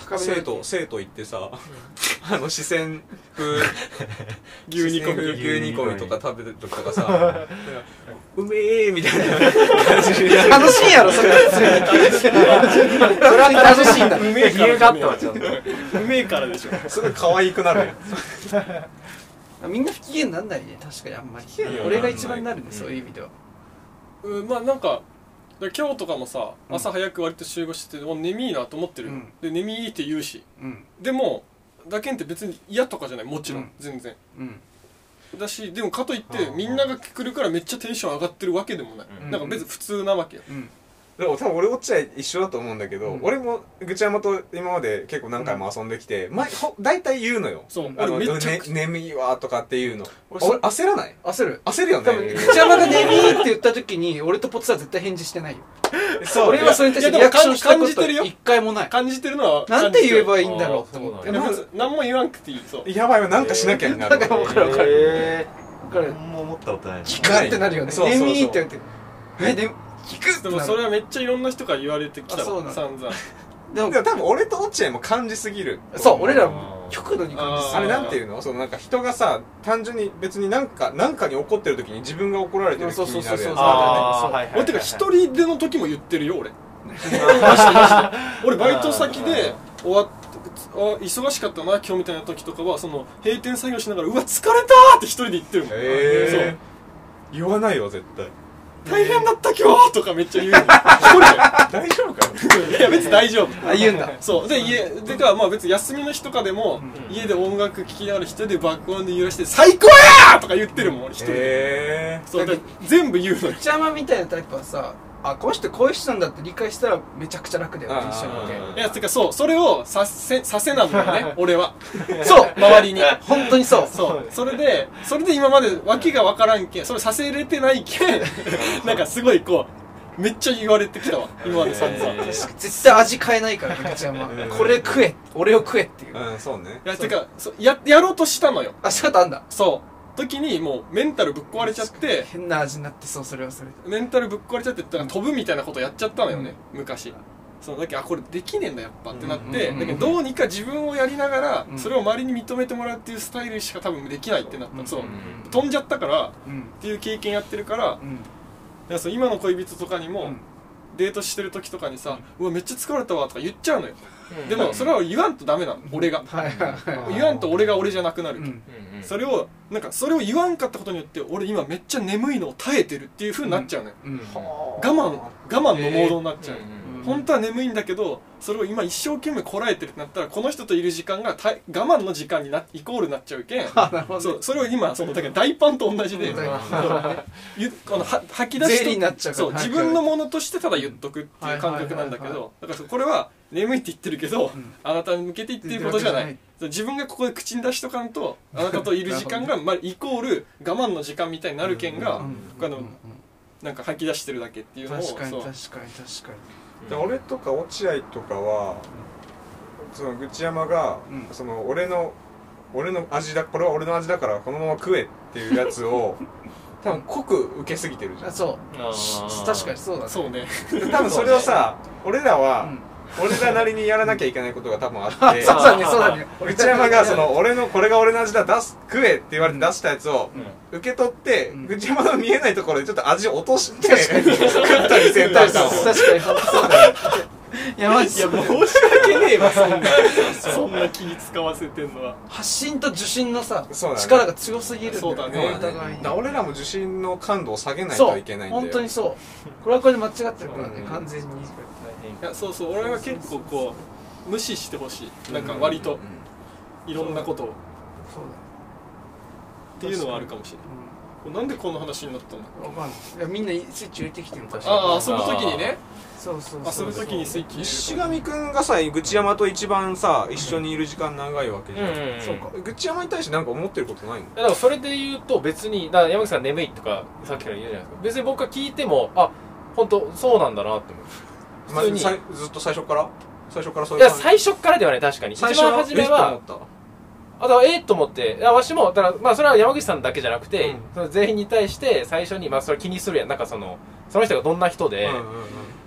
C: 生徒生徒行ってさあの四川風
D: 牛煮込み
C: 牛煮込みとか食べるとかさうめえみたいな感じで
A: 楽しいやろそれ普通にそれは楽しいんだ。
B: うめえ理由があったわちゃんと
D: うめえからでしょ。
C: すごい可愛くなるやん。
A: みんな不機嫌になんないね確かにあんまり
C: 嫌にはならない
A: 俺が一番なるねそういう意味では。
D: うん、まあなんか今日とかもさ朝早く割と集合してて、もう眠いなと思ってる、
A: うん
D: で眠いって言うし、
A: うん
D: でもだけんって別に嫌とかじゃない、もちろん、
A: うん
D: 全然
A: うん
D: だし、でもかといって
E: うん
D: みんなが来るからめっちゃテンション上がってるわけでもない、
E: うん
D: なんか別に普通なわけよ、
A: うん
C: でも多分俺落合一緒だと思うんだけど、
A: うん
C: 俺もぐちゃまと今まで結構何回も遊んできて、まほ大体言うのよ。
D: そう
C: あの
D: 俺めっちゃくちゃ
C: ね、眠いわとかっていうの。
A: 俺
C: 俺焦らない？
A: 焦る。
C: 焦るよ
A: 多分
C: ね。
A: 口山が眠いって言った時に俺とポツは絶対返事してないよ。
C: そう
A: 俺はそれに対してリアクションしたこと
D: いやでも感じてるよ
A: 一回もない。
D: 感じてるのは
A: なんて言えばいい
D: い
A: んだろうと思って。
D: や別に何も言わんくていい。そう
C: やばいわなんかしなきゃになる。
A: なんか分かる分かる
E: え
A: 分かる。
E: ー何も思ったことない
A: 聞くってなるよね。
C: そうそうそう
A: 眠いって言われてえで聞くってなる。
D: でもそれはめっちゃいろんな人から言われてきた
A: あそうなんだ
D: わ散々。
A: でも
C: でも多分俺と落合も感じすぎる。
A: そう俺ら極度に感じする。
C: あれなんていうのそのなんか人がさ単純に別になんかなんかに怒ってる時に自分が怒られてる気になるやつ
A: そうそうそうそう
B: あーはいはいはい
D: 俺てか一人での時も言ってるよ俺マジでマジで俺バイト先で終わっあ忙しかったな今日みたいな時とかはその閉店作業しながらうわ疲れたーって一人で言ってるもん、
C: へー言わないよ絶対。
D: そう大変だった今日とかめっちゃ言うの一人
C: 大丈夫かよ。
D: でいや別に大丈夫
A: あ言うんだ。
D: そうで家でかまあ別に休みの日とかでも、家で音楽聴きながら一人で爆音で揺らして最高やーとか言ってるもん俺一人で、
C: へ
D: そうで全部言うのよ
A: 口山みたいなタイプはさあこの人こういう人なんだって理解したらめちゃくちゃ楽だよ
C: あー
A: 一緒にいて。
D: いやてかそうそれをさせさせなんだよね俺は
A: そう
D: 周りに
A: 本当にそう。
D: そうそれでそれで今まで訳が分からんけんそれさせれてないけんなんかすごいこうめっちゃ言われてきたわ今まで散々、
E: へー
D: い
A: 絶対味変えないからね口山
C: うん
A: これ食え俺を食えっていう。
C: うんそうね。
D: やてかそややろうとしたのよ
A: あ仕方あんだ。
D: そう時にもうメンタルぶっ壊れちゃって
A: 変な味になってそうそれはそれで。
D: メンタルぶっ壊れちゃってだから飛ぶみたいなことやっちゃったのよね、昔そうだけどあこれできねえんだやっぱってなって、
A: うん
D: だけどどうにか自分をやりながら、
A: うん
D: それを周りに認めてもらうっていうスタイルしか多分できないってなった、
A: うん
D: そう、
E: うん
D: 飛んじゃったからっ
A: うん
D: ていう経験やってるから、だか
A: うん
D: らそう今の恋人とかにも、
A: うん
D: デートしてる時とかにさ「うわめっちゃ疲れたわ」とか言っちゃうのよ、
B: うん
D: でもそれは言わんとダメなの俺が、
A: はいはいはい。
D: 言わんと俺が俺じゃなくなる、
A: うん
B: うんうん
D: それをなんかそれを言わんかったことによって俺今めっちゃ眠いのを耐えてるっていう風になっちゃうのよ、
A: うん
D: 我慢我慢のモードになっちゃう、
B: うんうん
D: 本当は眠いんだけどそれを今一生懸命こらえてるってなったらこの人といる時間がた我慢の時間になイコールになっちゃうけん
A: あなるほどね。
D: そうそれを今そのだから大パンと同じで、
A: うん
D: そうゆこのは吐き出し
A: ゼリーになっちゃうから
D: そう自分のものとしてただ言っとくっていう感覚なんだけ
A: はいはいはい
D: どだからこれは眠いって言ってるけど、
A: ん
D: あなたに向けて言ってることじゃない
A: 言ってるわけじゃない
D: そう自分がここで口に出しとかんとあなたといる時間が、まあ、イコール我慢の時間みたいになるけんが、
A: うん
D: あのなんか吐き出してるだけっていうのを
A: 確かに
D: そう
A: 確かに確か
C: で俺とか落合とかはその口山が、
A: うん
C: その俺の俺の味だこれは俺の味だからこのまま食えっていうやつを多分濃く受けすぎてるじゃん。
A: にあそう
B: あー
A: 確かにそうだね。
D: そうね
C: 多分それをさ俺らは、
A: うん
C: 俺らなりにやらなきゃいけないことが多分あって
A: そうだねそうだね。
C: 内山がその俺のこれが俺の味だ出す食えって言われて出したやつを受け取って、
A: うん
C: 内山の見えないところでちょっと味を落として食ったりせんとあかんわ
A: 確かに本当そうだね。いやマジ
D: いや申し訳ねえわそんなそんな気に使わせてんのは
A: 発信と受信のさ
C: そうだね
A: 力が強すぎるんだよ
D: そうだね
A: お互いに
C: だから俺らも受信の感度を下げない
A: そう
C: といけないんだよ。
A: 本当にそうこれはこれで間違ってるからね
C: うん
A: 完全に
D: いやそうそう俺は結構こう無視してほしいなんか割といろんなことをっ
A: そう
D: ていうのはあるかもしれないなんでこんな話になったんだ
A: だわかんないいやみんなスイッチ入れてきてるから
D: ああ遊ぶ時にね
A: そうそうそう
D: 遊ぶ時にスイッチ
C: 石
D: 入れる
C: 上くんがさ口山と一番さ一緒にいる時間長いわけじゃん、
B: うんうんうん
A: そうか
C: 口山に対して何か思ってることないの？
B: だからそれで言うと別にだから山口さん眠いとかさっきから言うじゃないですか別に僕が聞いてもあ本当そうなんだなって思う普通に、
C: まあさいずっと最初から最初からそう
B: いや
C: いう感じ
B: 最初からではね確かに一
C: 最初
B: 番初めは
C: えっと思っ
B: あだからええと思っていやわしもだからまあそれは山口さんだけじゃなくて、
C: うん
B: その全員に対して最初にまあそれ気にするやんなんかそのその人がどんな人で、
C: たうんうんうん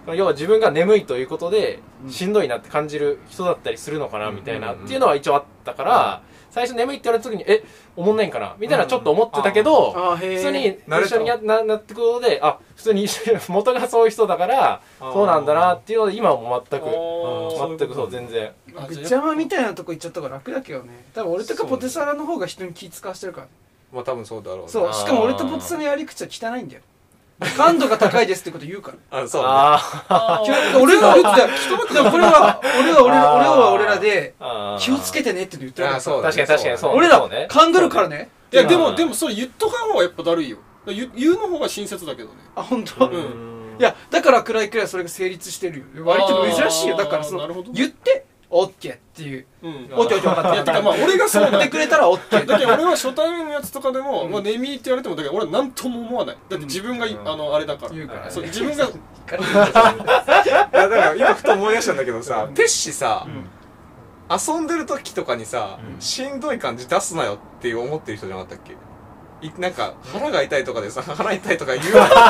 B: 要は自分が眠いということで
A: うん
B: しんどいなって感じる人だったりするのかなみたいな
C: うん
B: っていうのは一応あったから、最初眠いって言われた時にえおもんないんかなみたいなちょっと思ってたけど、
A: あーへー
B: 普通に
C: 慣れた
B: 一緒にやななってくことであ普通に一緒に元がそういう人だからそうなんだなっていうので今はもう全く全くそう全然
D: あ
A: ぐっちゃまみたいなとこ行っちゃったから楽だけどね。多分俺とかポテサラの方が人に気使わしてるからね。
C: まあ多分そうだろうね。
A: そう、しかも俺とポテサラのやり口は汚いんだよ。感度が高いですってこと言うから。
C: あそうね。
B: あ
D: あー
A: 俺は言ってたよ。でもこれは、俺は俺ら、俺は俺らで、
B: あ
A: 気をつけてねって言ってるから。
C: あそうだね
B: 確かに確かにそう
A: 俺ら
B: そうね、
A: 勘ぐるからね。
D: いやでも
B: うん
D: でもそれ言っとかん方がやっぱだるいよ。言う言うの方が親切だけどね。
A: あ、本当。
D: うん
A: いや、だから暗いくらいそれが成立してるよ。割と珍しいよ。だからその
D: あーなるほど、
A: 言って、オッケーっていう。
D: うん。
A: オッケーオッケー分かった。
D: いやてかまあ俺がそう
A: 言ってくれたらオッケー。
D: だけど俺は初対面のやつとかでも、
A: うん
D: まあ、ネミーって言われてもだけど俺は何とも思わない。だって自分が、
C: うん
D: あのあれだから。
A: 言うからね
D: そう自分が
C: いやだから今ふと思い出したんだけどさ、ペッシさ、遊んでる時とかにさ、
E: うん
C: しんどい感じ出すなよっていう思ってる人じゃなかったっけ？いなんか腹が痛いとかでさ腹痛いとか言う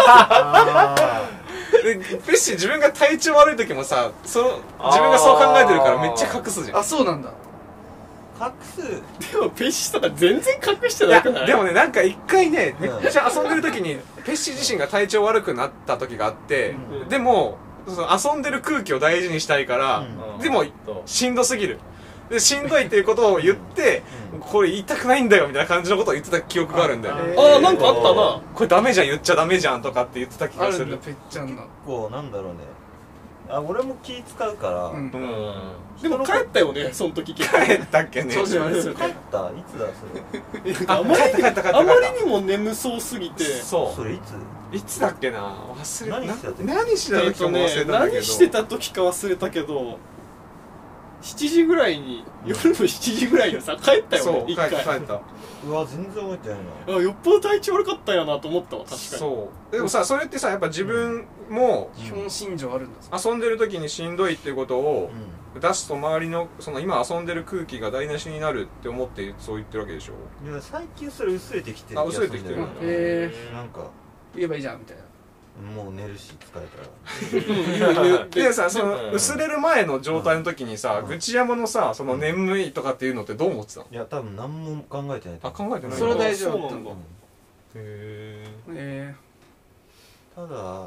C: でペッシ自分が体調悪い時もさその自分がそう考えてるからめっちゃ隠すじゃん。
A: あ、そうなんだ。
E: 隠す
D: でもペッシとか全然隠して
C: いや
D: なくない？
C: でもねなんか一回ねめ
E: うん
C: っちゃ遊んでる時にペッシ自身が体調悪くなった時があって、
D: うん
C: でもその遊んでる空気を大事にしたいから、
E: うん
C: でも
B: そう
C: しんどすぎるでしんどいっていうことを言って、
E: うん
C: これ言いたくないんだよみたいな感じのことを言ってた記憶があるんだよね。
D: ああなんかあったな。
C: これダメじゃん言っちゃダメじゃんとかって言ってた気がする
A: あるんだ、ぺっちゃんの。
E: こうなんだろうねあ俺も気使うから、
A: うん
C: う。ん
D: でも帰ったよねその時結
C: 帰ったっけね
A: そうじゃないですよ。
E: 帰ったいつだそ
C: あ
D: あまり
C: 帰った帰った帰った
D: あま
C: 帰っ
D: りにも眠そうすぎて。
E: れ
C: そ
E: それいつ
C: ういつだっけな忘れ
E: 何してた時
C: な何してた
D: えっとね
C: 時かも忘れたんだけど
D: 何してた時か忘れたけどしちじぐらいに夜のしちじぐらいにさ帰ったよ
C: そう帰った
D: ね一回
C: 帰った
E: うわ全然覚えてないな
D: あよっぽど体調悪かったんやなと思ったわ確かに。
C: そうでもさそれってさやっぱ自分も
A: 基本心情あるんだぞ。
C: 遊んでる時にしんどいっていうことを
E: う
C: 出すと周りのその今遊んでる空気が台無しになるって思ってそう言ってるわけでしょ。
E: んいや最近それ薄れてきてる
C: あ
E: 気がするんだよ
C: 薄れてきてる
A: へえ。
E: なんか
A: 言えばいいじゃんみたいな。
E: もう寝るし疲れたら
D: うん言う言う
C: でさその
B: うん
C: 薄れる前の状態の時にさ
E: うん
C: 愚痴山のさその眠いとかっていうのってどう思ってたの？
E: いや多分何も考えてないと
C: あ
E: 思う
C: 考えてない
A: それは大丈夫だった
D: そうなんだ
E: うん
C: へ
A: え
E: ただなん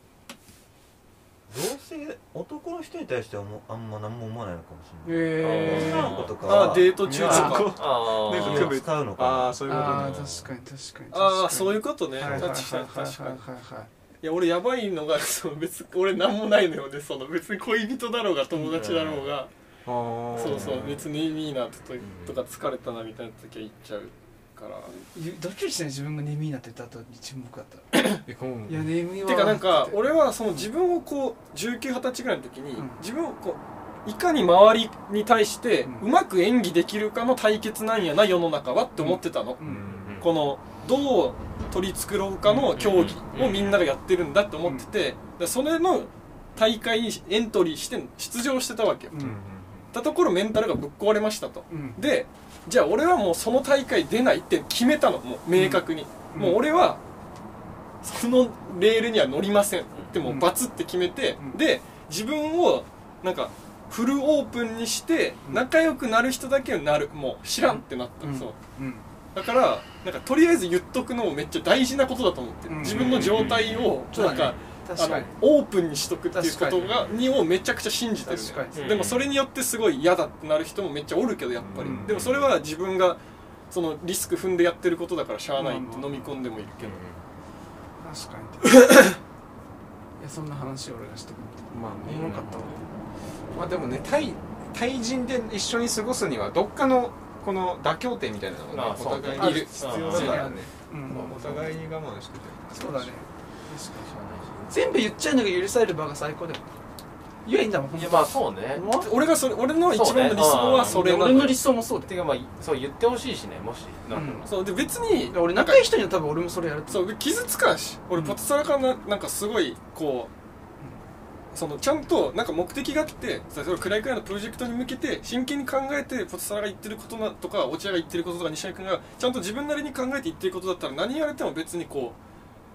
E: 同性男の人に対してはもうあんま何も思わないのかもし
A: ー。
E: れない
A: えー。
E: 女の子とかは
D: あデート中とか
C: いやこ
B: あ
C: なんか
E: 気を使うの
C: あ
E: か
C: あそういうこと
A: ああ、
C: ね
A: 確かに確かに。
D: ああそういう
A: う
D: ことね
A: はいはいはい
D: 確かに確かに
A: はいはいはい。
D: いや俺やばいのがその別に俺なんもないのよねその別に恋人だろうが友達だろうが、
C: あー
D: そうそう別にいいなととか疲れたなみたいな時は言っちゃうから
A: ゆドキドキしない自分が眠いなって言った後に沈黙だったら。
C: えうん
A: いや、眠いわ。
D: てかなんか
A: って
D: 俺はその自分をこうじゅうきゅう、はたちぐらいの時に、
A: うん
D: 自分をこういかに周りに対して
A: うん
D: うまく演技できるかの対決なんやな世の中はって思ってたの、
A: う。
C: うんん
D: このどう取り繕うかの競技をみんながやってるんだって思ってて、でそれの大会にエントリーして出場してたわけよ、
A: うん
C: うん
D: たところメンタルがぶっ壊れましたと
A: うん。
D: でじゃあ俺はもうその大会出ないって決めたのもう明確に、
A: うん
D: もう俺はそのレールには乗りませんってもうバツって決めて、
A: うん
D: で自分をなんかフルオープンにして
A: うん
D: 仲良くなる人だけになるもう知らんってなった、
A: うん
D: そう
A: うん。
D: だからなんかとりあえず言っとくのもめっちゃ大事なことだと思ってる、
A: うん
D: 自分の状態を
A: そうだね
D: なんか、あの
A: 確かに。
D: オープンにしとくっていうこと
A: 確
D: がにをめちゃくちゃ信じてるね
A: 確かに
D: でもそれによってすごい嫌だってなる人もめっちゃおるけどやっぱり、
C: うん
D: でもそれは自分がそのリスク踏んでやってることだからしゃあないって
A: うん
D: 飲み込んでもいるけど、
A: 確かに。いや、そんな話を俺がしてくれて。
C: まあ
A: おもろかったわ。
C: まあでもね対対人で一緒に過ごすにはどっかのこの妥協点みたいなのがね
B: あそう
C: お互い
A: ある
C: にいる必要だからね
A: うん。
C: お互いに我慢してて
A: そうだね。全部言っちゃうのが許される場が最高だよ。言えばいいんだもん、
B: いやまあそうね
A: 思わん
D: 俺がそれ俺の一番の理想はそれなの
A: 俺の理想もそうだよ。
B: てかまあそう言ってほしいしねもしなんだろうな
D: そうで別に
A: 俺仲いい人には多分俺もそれやると思う。
D: そう傷つかんし俺
A: うん
D: ポテサラからななんかすごいこうそのちゃんとなんか目的があって例えば暗いくらいのプロジェクトに向けて真剣に考えてポテサラが言ってることなとか落合が言ってることとか西谷君がちゃんと自分なりに考えて言ってることだったら何言われても別にこう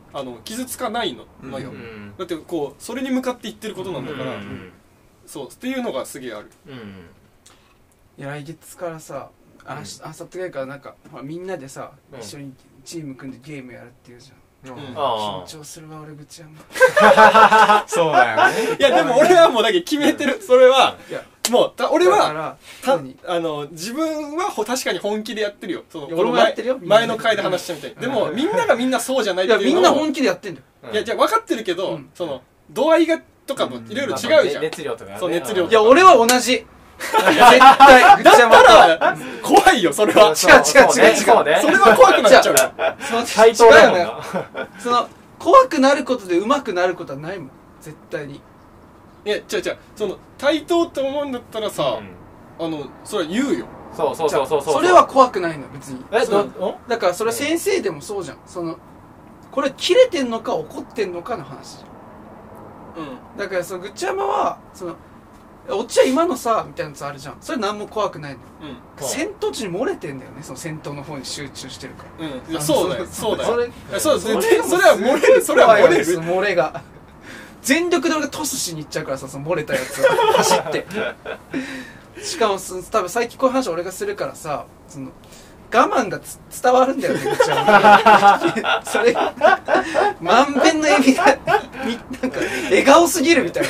D: あの傷つかないの,、のよ、
B: うん、
D: だってこうそれに向かって言ってることなんだから、
B: うん、
D: そうっていうのがすげえある。
B: うん、
A: いや来月からさああさってぐらいからなんかほらみんなでさ、うん、一緒にチーム組んでゲームやるっていうじゃん。うん、緊張するわ俺口は
C: そうだよね。
D: いやでも俺はもうだけ決めてる。それはいやもうた俺はたあの自分はほ確かに本気でやってるよ。その
A: 俺もやってるよ。
D: 前の回で話したみたいに。でもみんながみんなそうじゃないっていうのを。
A: いやみんな本気でやってんだよ。
D: いやじゃあ分かってるけど、うん、その度合いがとかもいろいろ違うじゃん。
B: 熱量とかね。
D: そう熱量とか。
A: いや俺は同じ。絶対だ
D: ったら怖いよそれは。
A: 違う違う違う違う。
B: そうね。
D: それは怖くなっちゃうよ。
B: 対等だもんな。
A: その怖くなることで上手くなることはないもん絶対に。
D: いや違う違うその対等って思うんだったらさ、うん、あのそれは言うよ。
B: そうそうそうそうそう。
A: それは怖くないの別に。
B: え
A: どだからそれは先生でもそうじゃん。そのこれ切れてんのか怒ってんのかの話じゃん。うん。だからそのぐっちゃまはそのおっちゃん今のさみたいなやつあるじゃん。それ何も怖くないのよ、うん、戦闘中に漏れてんだよね。その戦闘の方に集中してるから、
D: うん、いやそうだよそうだよ
A: それ
D: そうそれそれは漏れるそれは漏れる
A: 漏れが全力で俺がトスしに行っちゃうからさその漏れたやつを走ってしかもその多分最近こういう話俺がするからさその我慢がつ伝わるんだよねぐっちゃまそれ満遍の笑みでなんか笑顔すぎるみたいな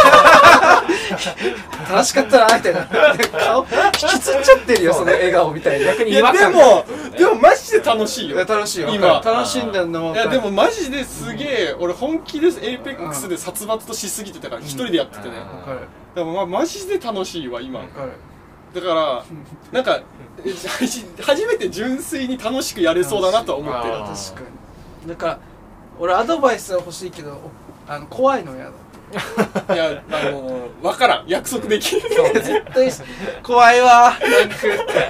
A: 楽しかったなみたいな顔引きつっちゃってるよその笑顔みたいな。
B: 逆に
D: いやでもでもマジで楽しいよ。
A: 楽しいよ
D: 今
A: 楽しいんだよな。
D: いやでもマジですげえ俺本気でエーペックスで殺伐としすぎてたから一人でやっててね。でもまあマジで楽しいわ今。だからなんか初めて純粋に楽しくやれそうだなと思ってる。
A: 確かに。だから俺アドバイスは欲しいけどあの怖いの嫌だ。
D: いやあの分からん約束できる。
A: 絶対怖いわランク。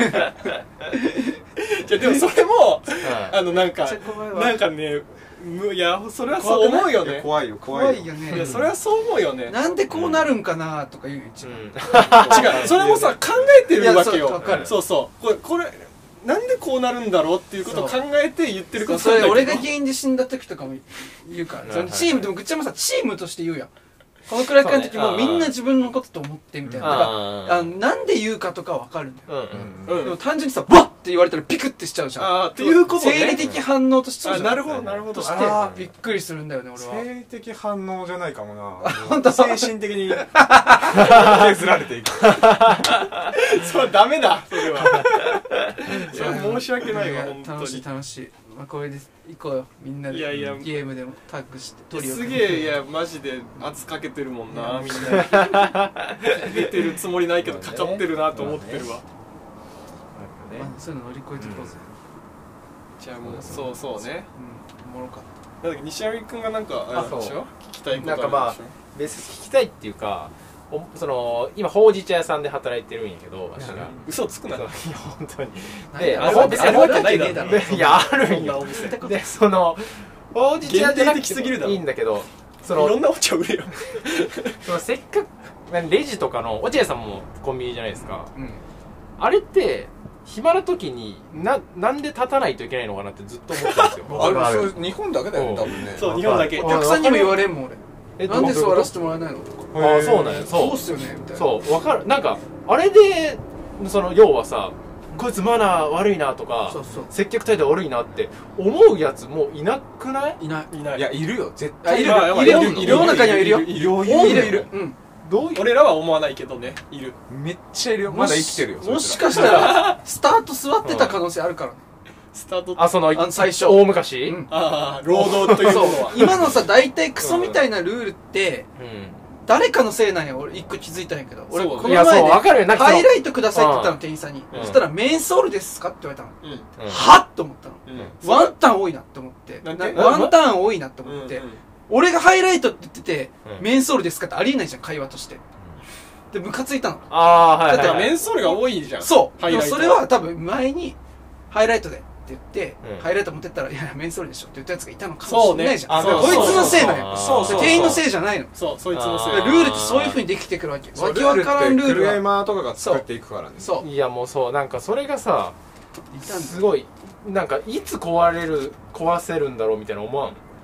D: いやでもそれもあのなんかなんかねいやそれはそう思うよね。
C: 怖いよ
A: 怖いよね。
D: いやそれはそう思うよね。
A: なんでこうなるんかなとか言う一番。
D: 違うそれもさ考えてるわけよ。そうそうこれこれなんでこうなるんだろうっていうことを考えて言ってること
A: なんだけど。それ俺が原因で死んだ時とかも言うから。そのチームでもぐっちゃまさチームとして言うやん。このくらいの時もみんな自分のことと思ってみたいな。だからあなんで言うかとかわかるんだよ。でも単純にさバッって言われたらピクってしちゃうじゃん。
D: ああっていうことね。
A: 生理的反応として
D: なるほどなるほど。
A: としてびっくりするんだよね俺は。
C: 生理的反応じゃないかもな。
A: 本当
C: 精神的に削られていく。
D: それダメだそれは。それは申し訳ないわ本当に。
A: 楽しい楽しい。まあこれで行こうよみんなで。いやいやゲームでもタッグしてトリオ。
D: すげえいやマジで圧かけてるもんなみんな。かけてるつもりないけどかかってるなと思ってるわ。
A: そういうの乗り越えていこうぜ。
D: じゃあもうそうそうね。
A: おもろかった。
D: なんだっけ西山君がなんかあれでしょ聞きたいことあるでしょ。
B: なんかまあ別に聞きたいっていうか。その今ほうじ茶屋さんで働いてるんやけど私が
D: 嘘つくな。いや
B: 本当に
D: である別にあるわけないだろ。
B: いやあるんよ。でそのほうじ茶屋じゃなくていいんだけどその
D: いろんなお茶売れよ。
B: そのせっかくレジとかの落合さんもコンビニじゃないですか。あれって暇な時にななんで立たないといけないのかなってずっと思ってるんですよ。
C: あれそう日本だけだよね多分ね。
D: そう日本だけ。
A: お客さんにも言われんもん俺。えなんで座らせてもらえないのとか。
B: ああそうなんや。
A: そうっすよねみたいな。
B: そうわかる。なんかあれでその要はさこいつマナー悪いなとか接客態度悪いなって思うやつもういなくない？
A: いない
C: いない。いやいるよ絶
A: 対。いる
C: い
A: るいる。世の中にはいるよ。
C: いるよ
A: いるいる。うん。
D: どう俺らは思わないけどねいる。
C: めっちゃいるよ。まだ生きてるよ。
A: もしかしたらスタート座ってた可能性あるからね。
D: スタート
B: あその
A: 最初
B: 大昔。
D: ああ労働というものは。
A: 今のさ大体クソみたいなルールって誰かのせいなんや俺一個気づいたんやけど。俺この前でハイライトくださいって言ったの店員さんに。そしたらメンソールですかって言われたの。はっと思ったの。ワンタン多いなって思って。ワンタン多いなって思って。俺がハイライトって言っててメンソールですかってありえないじゃん会話として。でムカついたの。
B: ああはい。
D: だってメンソールが多いじゃん。
A: そうでもそれは多分前にハイライトでって言ってハイライト持ってったらいやメンソールでしょって言ったやつがいたのかもしれないじゃん。こいつのせいなんや。店員のせいじゃないの。
D: そうそいつのせい。
A: ルールってそういう風にできてくるわけ。わけわからんルールは
C: クレーマーとかが作っていくからね。
A: そう
B: いやもうそうなんかそれがさすごいなんかいつ壊れる壊せるんだろうみたいな思わん。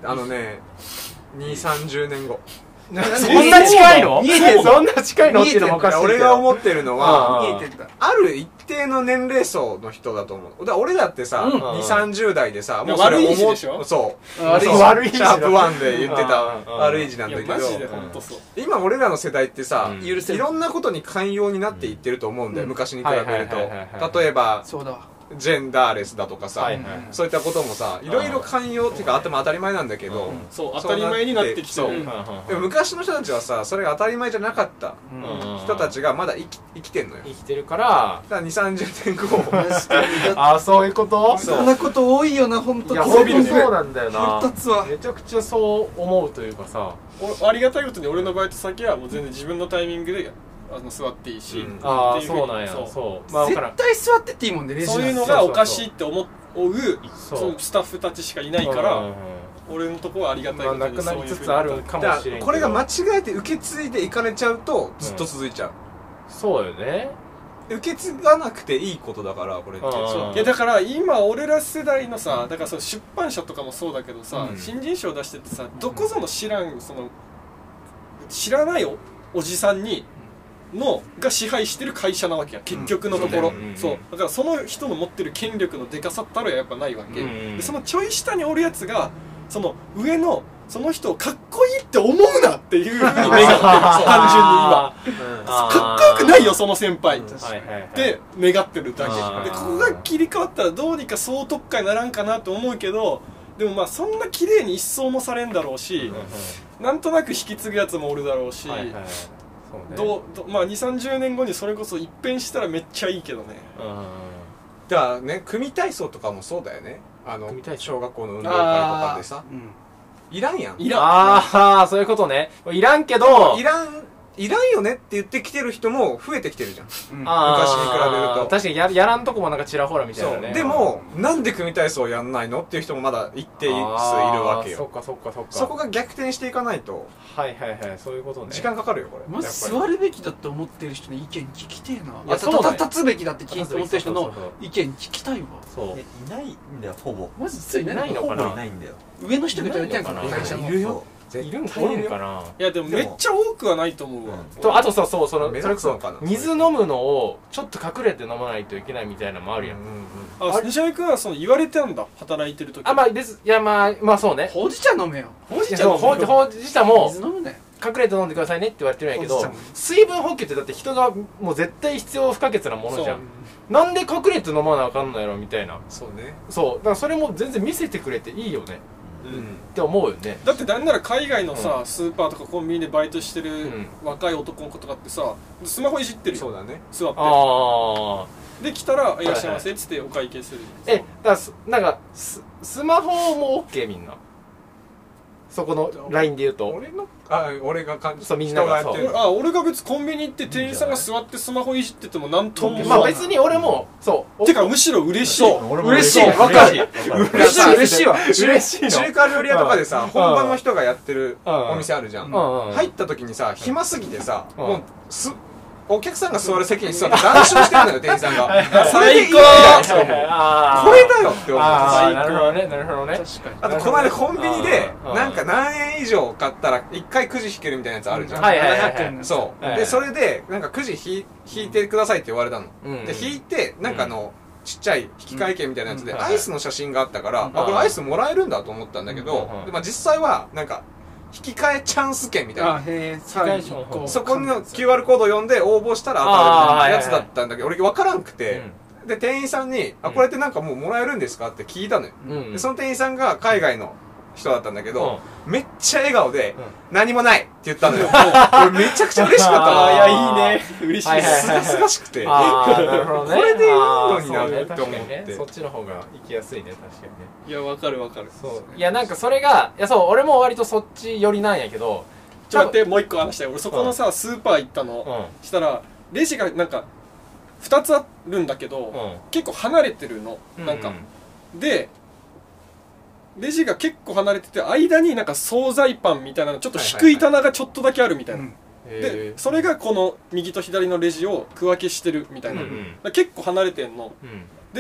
C: あのねにじゅう、さんじゅうねんご
B: そんな近いの？
A: 見えてんの？
B: そんな近いのっていうのもおかしいけど。
C: 俺が思ってるのは
A: 見えてんだ。
C: ある一定の年齢層の人だと思う。だから俺だってさ、
A: うん
C: にじゅう、さんじゅう代でさ、
D: もう悪い意地でしょ？
C: そう
A: 悪い意地
C: そう
B: 悪い意地
C: シャープワンで言ってた
B: うん
C: 悪い意地なん
D: い
C: だけど、
D: やマジで本当そう。
C: 今俺らの世代ってさ、
B: うん
A: 許せる
C: いろんなことに寛容になっていってると思うんだよ、
A: うん
C: 昔に比べる
B: はいはいはいはいはい
C: と。例えば
A: そうだわ。
C: ジェンダーレスだとかさ、
B: はいはい
C: そういったこともさ、いろいろ寛容っていうか頭当たり前なんだけど、
D: そう当たり前になってきて
C: そう
D: る。
C: でも昔の人たちはさ、それが当たり前じゃなかった
B: うん
C: 人たちがまだ生き生きてんのよ。
B: 生きてるから
C: だからにじゅう、さんじゅうねんご
A: マジで
B: ああそういうこと？
A: そんなこと多いよな、本当。
B: いや
A: こ
B: 本当そう
A: れ
B: なんだよな。
A: 腹立つわ。
B: めちゃくちゃそう思うというかさ、
D: おありがたいことに俺のバイト先はもう全然自分のタイミングであの座っていいし、
C: うん
B: ああ
D: っていうふに
B: そうなんや。
D: そう
B: そうまあ分
A: 絶
B: からん。
A: 対座ってっていいもんね、レジ
D: そういうの
A: が。
D: がおかしいって思う
B: そう
D: そのスタッフたちしかいないか
B: うん
D: ら、俺のとこはありがたい
B: まあ
D: ことに
B: なくなりつ
D: そういうふうに
B: つあるかも
C: だか
B: しれんけど。
C: らこれが間違えて受け継いでいかれちゃうとずっと続いちゃう、
B: そうよね。
C: 受け継がなくていいことだからこれって。
B: うん
C: そう
D: いやだから今俺ら世代のさ、だからその出版社とかもそうだけどさ、
C: うん
D: 新人賞出しててさ、どこぞの知らんその知らないおおじさんにのが支配してる会社なわけや、結局のところ、
B: うん
D: そうだからその人の持ってる権力のでかさったらやっぱないわけ、
B: うん
D: でそのちょい下におるやつがその上のその人をかっこいいって思うなっていうふうに願ってる単純に今かっこよくないよその先輩っ
B: はいはいはい。
D: て願ってるだけ
B: あー
D: でここが切り替わったらどうにか総特化にならんかなと思うけど、でもまあそんな綺麗に一掃もされんだろうし、なんとなく引き継ぐやつもおるだろうし、
B: はいはい。そうね。
D: どうどまあにじゅう、さんじゅうねんごにそれこそ一変したらめっちゃいいけどね。
B: うん
C: だからね、組体操とかもそうだよね。あの
B: 組体操
C: 小学校の運動会とかでさ、
A: うん。
C: いらんやん。
D: いらん
B: ああそういうことね。いらんけど
C: いらんいらんよねって言ってきてる人も増えてきてるじゃん。
A: うん
B: あー
C: 昔に比べると
B: 確かにややらんとこもなんかちらほらみたい
C: そう
B: なね。
C: でもなんで組体操やんないのっていう人もまだ一定数いるわけよ。
B: あーそっかそっかそっか。
C: そこが逆転していかないと
B: はいはいはいそういうことね。
C: 時間かかるよこれ。
A: まず
C: やっぱ
A: 座るべきだって思ってる人の意見聞きてえな。
B: いや
A: あ
B: そうだよ
A: たた立つべきだって聞いて思ってる人の
B: そうそうそう
A: 意見聞きたいわ。
B: そう
E: えいないんだよほぼ
A: マジそういない
B: いないのかな
E: ほぼいないんだよ
A: 上の人が言ってんかな、
B: いないのかな
A: 会社の。
E: いるよ
C: 絶
B: いるん
C: 対いるよ
B: おるんかない
D: やでもめっちゃ多くはないと思うわ、
E: うん
B: とあとさそうその
C: 目
B: それこそ
C: 立つのかな
B: 水飲むのをちょっと隠れて飲まないといけないみたいなのもあるやん、
C: うんうん
D: あ西山君はその言われてんだ働いてる時
B: あまあ別いやまあまあそうね
A: ほうじ茶飲めよ。
D: ほうじ茶
B: そうほうほうじ茶も
A: 水飲むね。
B: 隠れて飲んでくださいねって言われてるんやけど
A: ほうじ茶も
B: 水分補給ってだって人がもう絶対必要不可欠なものじゃんなんで隠れて飲まなあかんのやろみたいな
C: そうね。
B: そうだからそれも全然見せてくれていいよね
C: うん
B: って思うよね
D: だってなんなら海外のさ、スーパーとかコンビニでバイトしてる
B: ん
D: 若い男の子とかってさスマホいじってるよ
C: そうだね。
D: 座って
B: ああ
D: で来たら「いらっしゃいませ」っつってお会計する
B: えだからすなんかススマホも OK みんなそこの ライン で言うと
C: 俺のあ俺が感じ
B: そうみんなが
C: 人やってる
D: 俺あ俺が別にコンビニ行って店員さんが座ってスマホいじっててもなんとも思わない
B: まあ別に俺もそう
D: てかむしろ嬉しい
B: そう
E: 俺も
A: 嬉しい
E: 嬉
A: わかる
B: 嬉しい
A: 嬉しいわ。
B: 嬉しいの
C: 中華料理屋とかでさ、
B: うん
C: 本場の人がやってる
B: うん
C: お店あるじゃん、
B: うんうん
C: 入った時にさ暇すぎてさ、
B: うん
C: もうすお客さんが座る席に座って談笑してるのよ店員さんがそれでいいん
D: 最高
C: だよそう思う
B: あー
C: これだよって思う
B: あー
C: し
B: なるほどねなるほどね
A: 確かに。
C: あとこの間コンビニで
B: うん
C: なんか何円以上買ったらいっかいくじ引けるみたいなやつあるじゃん、
B: はいはいはい
A: ななひゃくえん
C: そう、
B: はい
C: でそれでなんかくじ引い引いてくださいって言われたの、
B: うん
C: で引いてなんかあの、ちっちゃい引き換え券みたいなやつで、
B: うん
C: アイスの写真があったから、
B: うん
C: あこれアイスもらえるんだと思ったんだけど、
B: うん
C: でまあ、実際はなんか引き換えチャンス券みたいな、
A: あ、へえ、
B: 返しも
A: こう
C: そこの キューアール コードを読んで応募したら当たるみたいなやつだったんだけど、俺分からんくて、で店員さんに「あこれってなんかもうもらえるんですか?」って聞いたのよ、
B: うんうん
C: でその店員さんが海外の人だったんだけど、めっちゃ笑顔で「何もない」って言ったのよ俺めちゃくちゃ嬉しかったの
B: あー
D: いやいいね嬉しい
B: はいはい
C: すがすがしくて
B: ああなるほどね
C: これでいい
B: あー
C: のにな
B: そうね
C: って思って
B: 確かにねそっちの方が行きやすいね確かにね
D: いやわかるわかる
B: そういやなんかそれがいやそう俺も割とそっち寄りなんやけど
D: ちょっと待ってもう一個話したい俺そこのさスーパー行ったの
B: う
D: したらレジがなんかふたつあるんだけど
B: んうん
D: 結構離れてるのなんかでレジが結構離れてて間になんか惣菜パンみたいなのちょっと低い棚がちょっとだけあるみたいな、
A: うん
D: でそれがこの右と左のレジを区分けしてるみたいな、
B: うんうん
D: だから結構離れてんの
B: うん
D: で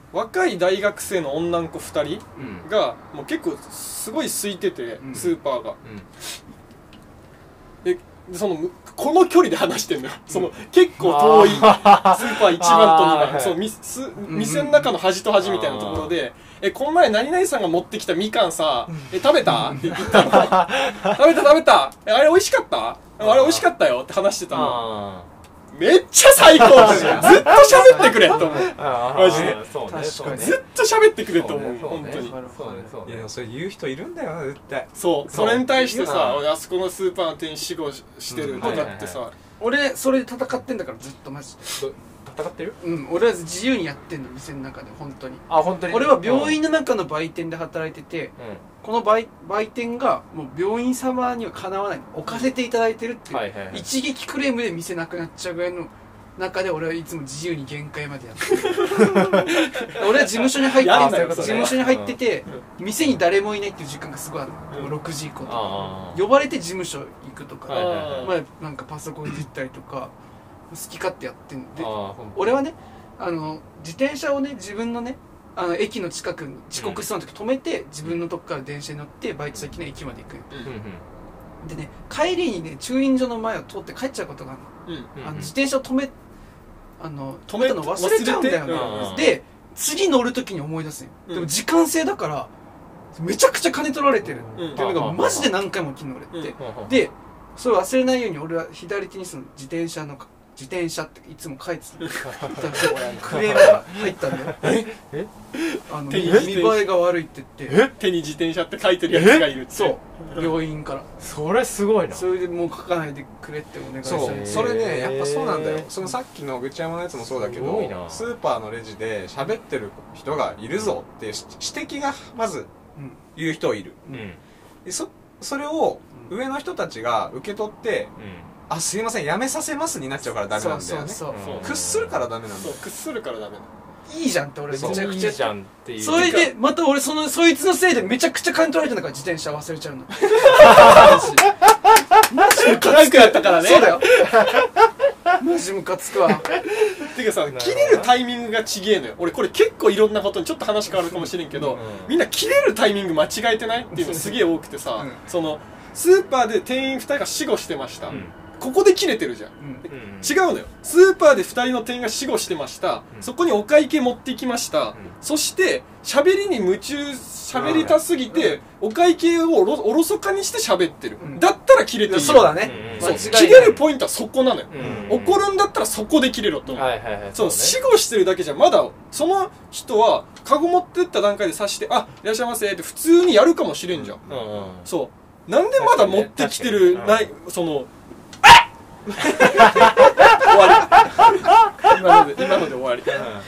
D: 若い大学生の女の子ふたり
B: うん
D: がもう結構すごい空いてて、
A: うん
D: スーパーが
B: うん
D: でそのこの距離で話してんのよ、その結構遠いスーパーいちばんと
B: あー
D: にばん、そうみす店の中の端と端みたいなところで「えこの前何々さんが持ってきたみかんさえ食べた?」って言ったの「食べた食べたえあれ美味しかった?」あれ美味しかったよって話してたの。
B: あ
D: めっちゃ最高ずっと喋ってくれと思う
B: ーあ
D: マジで
B: そうねそうね
D: ずっと喋ってくれと思う
B: そうね
D: 本当に
B: そうねそうね
C: いやでもそれ言う人いるんだよな絶対。
D: そう
B: そう
D: それに対してさ
B: うん
D: 俺あそこのスーパーの店員死後してるとかって
B: うん
D: さ
A: 俺それで戦ってんだからずっとマジで
B: ど戦ってる
A: うん俺は自由にやってんの店の中で本当に
B: あ本当に
A: 俺は病院の中の売店で働いてて
B: うん
A: この売売店がもう病院様にはかなわない置かせていただいてるっていう、
B: はいはいはい
A: 一撃クレームで店なくなっちゃうぐらいの中で俺はいつも自由に限界までやってる俺は事務所に入って
D: やんなよ
A: 事務所に入ってて、店に誰もいないっていう時間がすごいあるの、
D: うん
A: もうろくじ以降とか
B: あ
A: 呼ばれて事務所行くとか、
B: はいはいはい
A: まあ、なんかパソコンいじったりとか好き勝手やってんで
B: あほんと
A: 俺はねあの自転車をね自分のねあの駅の近くに遅刻しそうな時止めて、自分のとこから電車に乗ってバイト先の駅まで行くよ
B: うんうん
A: でね帰りにね駐輪場の前を通って帰っちゃうことがあるの
D: うん
A: あの自転車を止めあの止めたの忘れちゃうんだよね
B: 忘れて
A: で次乗る時に思い出すんよ、
D: うん
A: でも時間制だからめちゃくちゃ金取られてる
D: うん
A: っていうのがマジで何回も起きるの俺って、
B: うん
A: でそれを忘れないように俺は左手にその自転車の自転車っていつも書いてたのクレームが入ったんだよ
B: え
A: あの
D: 手に
A: 見栄えが悪いって言って
D: 手に自転車って書いてるやつがいるって
A: そう病院から
B: それすごいな
A: それでもう書かないでくれってお願いした
C: そう
A: んです
C: それねやっぱそうなんだよ
B: へー
C: そのさっきのぐち山のやつもそうだけ
B: すごいな
C: どスーパーのレジで喋ってる人がいるぞっていう指摘がまず
A: うん
C: 言う人いる
B: うん
C: でそそれを上の人たちが受け取ってあすいませんやめさせますになっちゃうからダメなんだよね
A: そうそうそう
B: うん
C: 屈するからダメなんだよ
D: そう屈するからダメだ
A: いいじゃんって俺めちゃくちゃ
B: いいじゃんっていう
A: それでまた俺そのそいつのせいでめちゃくちゃ金取られてんだから自転車忘れちゃうのマジムカつく
D: やったからね
A: そうだよマジムカつくわ
D: てかさ切れるタイミングがちげえのよ俺これ結構いろんなことにちょっと話変わるかもしれんけど、
B: うん
D: みんな切れるタイミング間違えてないっていうのすげえ多くてさ、
A: うん
D: そのスーパーで店員ふたりが死後してました、
B: うん
D: ここで切れてるじゃん
A: うん
B: うん
D: 違うのよスーパーでふたりの店員が死後してました、
B: うん
D: そこにお会計持ってきました、
B: ん
D: そして喋りに夢中喋りたすぎて、お会計をおろおろそかにして喋ってる、
A: うん
D: だったら切れていいよ
A: そうだね
B: うん
D: そう
A: 間違いない
D: 切れるポイントはそこなのよ、
B: うん
D: 怒るんだったらそこで切れろと思う、
B: はいはいはい
D: そう
B: ね
D: 死後してるだけじゃまだその人はカゴ持ってった段階で刺してあいらっしゃいませって普通にやるかもしれんじゃん、
B: うんうん
D: そうなんでまだ持ってきてる、
B: 確かにね
D: ないその終わり今ので今ので終わり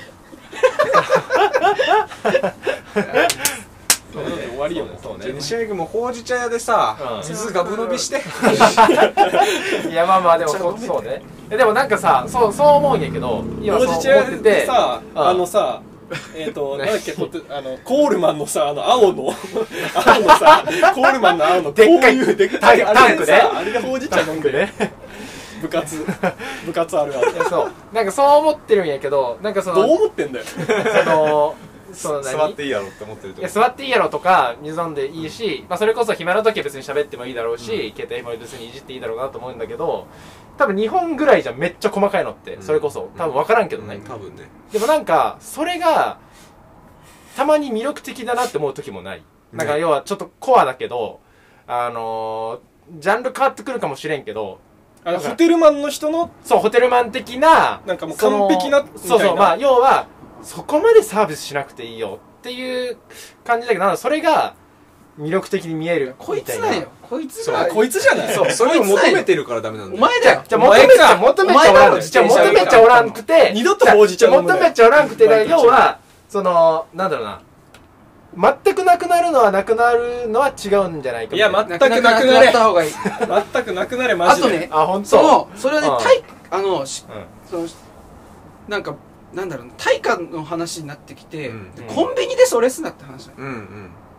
D: 今ので終わりよ
B: そうね
C: じゃあ西柳君もほうじ茶屋でさ
B: うん
C: 水がぶ飲みして
B: いやまあまあでもそうそうねえでもなんかさそうそう思うんやけど今そう思って
D: ほうじ茶屋
B: て
D: でさ
B: うん
D: あのさえっと
B: ね
D: なんだっけこうやってあのコールマンのさあの青の青のさコールマンの青の
B: でっかい
D: こういうでっかい
B: タン
D: あれで
B: タンクね
D: さあれでほうじ茶飲んで
B: ね
D: 部活部活あるある
B: いやそうなんかそう思ってるんやけどなんかそ
D: どう
B: の
D: 思ってんだよ
B: そのその何
C: 座っていいやろって思ってると
B: いや座っていいやろとか水飲んでいいし、まあ、それこそ暇な時は別に喋ってもいいだろうし、携帯も別にいじっていいだろうなと思うんだけど多分にほんぐらいじゃめっちゃ細かいのって、
C: うん
B: それこそ多分分からんけどね、
C: 多分ね
B: でもなんかそれがたまに魅力的だなって思う時もない、なんか要はちょっとコアだけどあのー、ジャンル変わってくるかもしれんけど
D: あのホテルマンの人の
B: そうホテルマン的な
D: なんかもう
B: その
D: 完璧なみたいな
B: そうそうまあ要はそこまでサービスしなくていいよっていう感じだけどなんかそれが魅力的に見える
A: こいつ
B: みた
A: なんよこいつが
D: あこいつじゃない
A: そう
C: それを求めてるからダメなんだよ
A: お前だよ
B: じゃあ求めちゃ求めちゃおらんのじゃあ求めちゃおらんくて
D: 二度とほうじ茶
B: じゃあ
D: 飲むなよ
B: 求めちゃおらんくてだから要はそのなんだろうな全くなくなるのはなくなるのは違うんじゃないかみたいな
D: いや全くなくなれ
A: った方がいい
D: 全くなくなれマジで
A: あとね
B: あ本当
A: そのそれはね
B: うん
A: 対あのし
B: うん
A: そのなんかなんだろうな対価の話になってきて、
C: うん
A: でコンビニでそれすなって話だよ
C: うんうん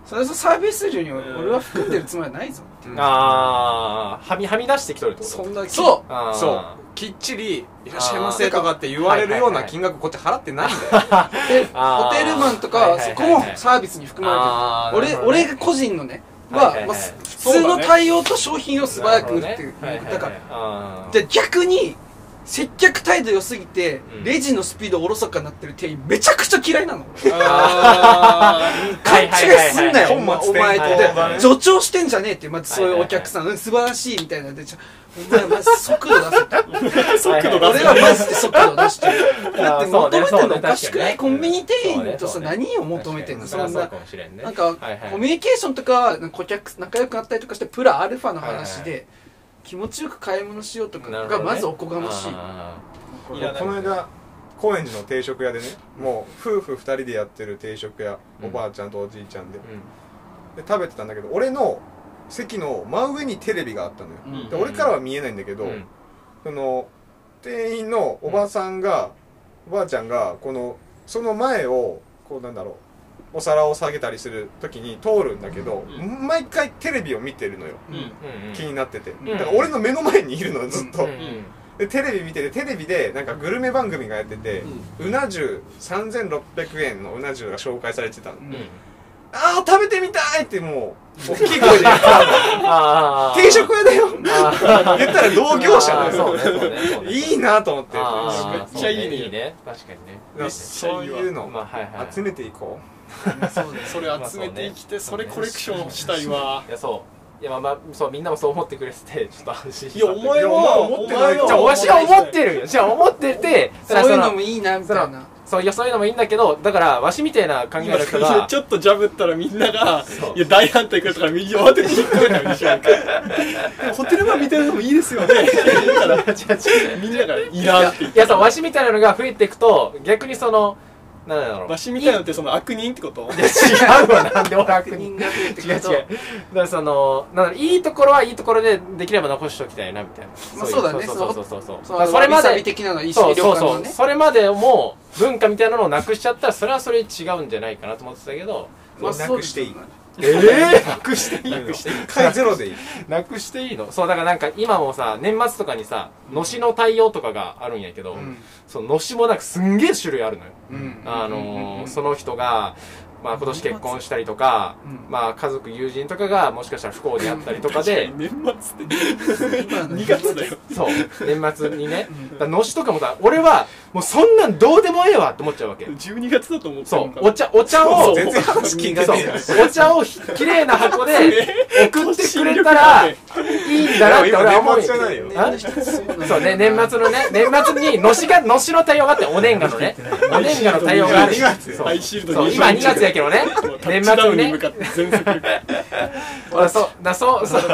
A: それとサービス料に俺は含んでるつもりはないぞ。
B: ああはみはみ出してきとるってこと。
C: そんな
A: そう
B: あー
C: そうきっちり「いらっしゃいませ」とかって言われるような金額こっち払ってないんだよ。
A: で
B: あー
A: ホテルマンとか
B: はいはいはいはい
A: そこもサービスに含まれてる。
B: あーなるほどね
A: 俺俺が個人のね
B: はいはいはい
A: はまあ普通の対応と商品を素早く売ってるだから
B: ら
A: で逆に接客態度良すぎて
B: うん
A: レジのスピードおろそかになってる店員めちゃくちゃ嫌いなの。
D: あ
A: 勘違いすんなよ、
C: はいはいはい
A: お前
C: 本末
A: お前って
C: 転倒だね
A: 助長してんじゃねえってまずそういうお客さん、うん素晴らしいみたいなんでちょお前マジ速度出せって
B: 速度
A: 俺はマジで速度出してるだって求めてるのおかしくない、
B: そうね
A: コンビニ店員とさ、
B: そうね
A: 何を求めてんの、そんな
B: それはそうかもしれんね。
A: なんか、
B: はいはい
A: コミュニケーションとかなんか顧客仲良くなったりとかしてプラアルファの話で、
B: はいは
A: 気持ちよく買い物しようとか
B: なるほどね
A: がまずおこがましい。
B: あ
C: こ
D: いらない
C: の間高円寺の定食屋でねもう夫婦ふたりでやってる定食屋、
B: うん
C: おばあちゃんとおじいちゃんで
B: ーうん
C: で食べてたんだけど俺の席の真上にテレビがあったのよ、
A: うん
C: で俺からは見えないんだけど、
B: うん
C: その店員のおばさんが、おばあちゃんがこのその前をこうなんだろうお皿を下げたりする時に通るんだけど、
D: うん
C: 毎回テレビを見てるのよ、
D: うん
B: うんうん
C: 気になってて、
A: ん
C: だから俺の目の前にいるのずっと、
B: うんうん
C: でテレビ見ててテレビでなんかグルメ番組がやってて、うな重さんぜんろっぴゃくえんのうな重が紹介されてたの、
A: うん
C: ああ食べてみたいってもう大きい声で言ったの
B: あー
C: 定食屋だよ
B: あ
C: 言ったら同業者だよ
B: あーそうねそうねそうね
C: いいなと思って
B: あー
D: めっちゃいいね
B: そういいね確かにね
C: だからそういうの
B: まあはいはい
C: 集めていこ
A: そうね
D: それ集めてきてそれコレクションしたいわ。
B: いやそういやまあまあそうみんなもそう思ってくれててちょっと安心した
D: いやお前
C: いや
D: は
C: 思ってない
D: お前は
B: じゃあわしは思ってるよじゃあ思ってて
A: そういうの
B: も
A: もいいなみたいな。
B: そういやそういうのもいいんだけどだからわしみたいな考え
D: 今
B: の人が
D: ちょっとジャブったらみんなが
B: そう
D: いや大反対くれたから右を当てて引っ込めたみたいな。ホテルマンみたいなのもいいですよね。言ったらみんながいらんって言って。
B: いやそうわしみたいなのが増えていくと逆にそのなんだろう
D: わしみたいなのってその悪人ってこと？
B: いや違うわなんで俺悪
A: 確
B: 人
A: 認が増えてく
B: 違う違う
A: ると
B: だからそのなんだろういいところはいいところでできれば残しておきたいなみたいな
A: まあそうだね
B: そうそうそうそうそう
A: そう
B: だからそれま
A: わびさび
B: で
A: 的なの一
B: そう
A: 緒に
B: そうそう
A: 旅館のね。
B: それまでも文化みたいなのをなくしちゃったらそれはそれ違うんじゃないかなと思ってたけど
A: まあ
C: なくしていい
B: ええなくしていいの
D: なくして
C: う一回ゼロでいい
B: なくしていいのそうだからなんか今もさ年末とかにさのしの対応とかがあるんやけど、
A: うん
B: そののしもなんかすんげえ種類あるのよ、
A: うん
B: あの
A: うんうんうん
B: ーその人がまあ今年結婚したりとか、
A: うん
B: まあ家族友人とかがもしかしたら不幸にあったりとかで
D: 年末って
A: 今の
D: にがつだよ。
B: そう年末にねだからのしとかもさ俺はもうそんなんどうでもええわって思っちゃうわけ
D: じゅうにがつだと思って
B: そう
D: るのかな。
B: お茶お茶を
C: 全然話聞いて
B: そ
C: ない
B: うお茶をきれいな箱で送ってくれたらいいんだなって俺は思う
C: 今年末じゃないよ
B: あ
A: そう
B: そうね年末のね年末にのしがのしの対応があってお年賀のねお年賀の対応がある
C: にがつ
B: そう
D: アイシールド
B: そう今にがつやけどね
D: タッチダ
B: 年末にね
D: ウンに向かって全速力。
B: 俺そうだそうそう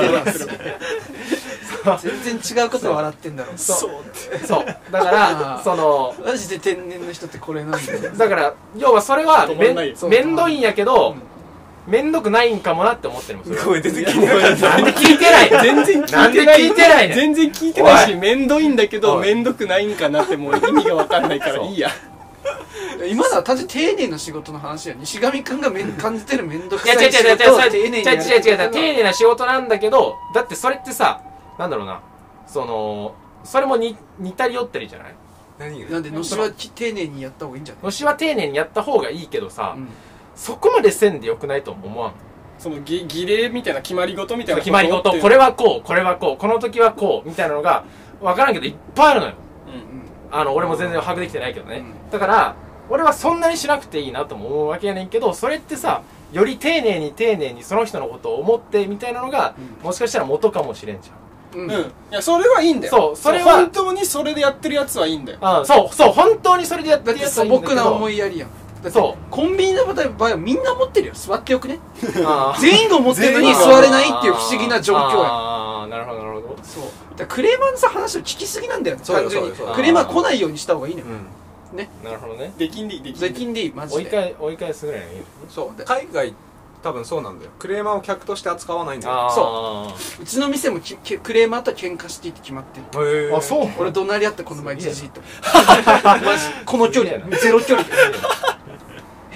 A: 全然違うことを笑ってんだろう。
D: そうって。
B: そうだからその
A: マジで天然の人ってこれなんだよ。
B: だから要はそれはめ
D: 止まんないよ
B: んめんどいんやけどめんどくないんかもなって思ってるもんそれは
C: ごめん全然聞いてない
B: なんで聞いてない
D: 全然聞いてない。
B: なんで聞いてないねん
D: 全然聞いてないし、めんどいんだけど、
B: おい
D: めんどくないんかなってもう意味がわかんないからいいや。
A: 今のは単純に丁寧な仕事の話や。西上くんがめん感じてるめんどく
B: いや
A: さい仕
B: 違う違う違う違う
A: 事を
B: それ
A: 丁寧にやる。
B: 違う違う違う違う丁寧な仕事なんだけどだってそれってさなんだろうなそのそれもに似たり寄ったりじゃない
C: 何が
A: なんでのしは丁寧にやった方がいいんじゃない？
B: のしは丁寧にやった方がいいけどさ、
A: うん
B: そこまでせんでよくないと思わん
D: その儀儀礼みたいな決まり事みたいな
B: 決まり事これはこうこれはこうこの時はこうみたいなのが分からんけどいっぱいあるのよ
D: うん
B: あの俺も全然把握できてないけどね、
A: うん
B: だから俺はそんなにしなくていいなとも思うわけやねんけどそれってさより丁寧に丁寧にその人のことを思ってみたいなのが、
A: うん
B: もしかしたら元かもしれんじゃん
A: うん
D: うん、いやそれはいいんだよ。
B: そうそれは
D: 本当にそれでやってるやつはいいんだよ。
B: あそうそう本当にそれでやって
A: だって
B: るやつ
A: 素
B: はいいんだけど
A: 朴な思いやりやん。だって
B: そう
A: コンビニの場合はみんな持ってるよ。座ってよくね。
B: あー
A: 全員が思ってるのに座れないっていう不思議な状況やん。
B: ああなるほどなるほど
A: そう。だからクレーマーのさ話を聞きすぎなんだよ。
C: そうよ
A: 単純に
C: そうよそうよ
A: クレーマー来ないようにした方がいいのよ。
B: なるほどね
D: できんでいいできんでいい。
A: 税金でいいマジ
B: 追い
A: で。
B: 返追い返すぐらいのいい
A: そう。で
C: 海外多分そうなんだよクレーマーを客として扱わないんだよ
B: あ
A: うちの店もききクレーマーと喧嘩していって決まってる。
C: へ
B: あそう
A: 俺怒鳴り合ってこの前じじいとマジこの距離ゼロ距離で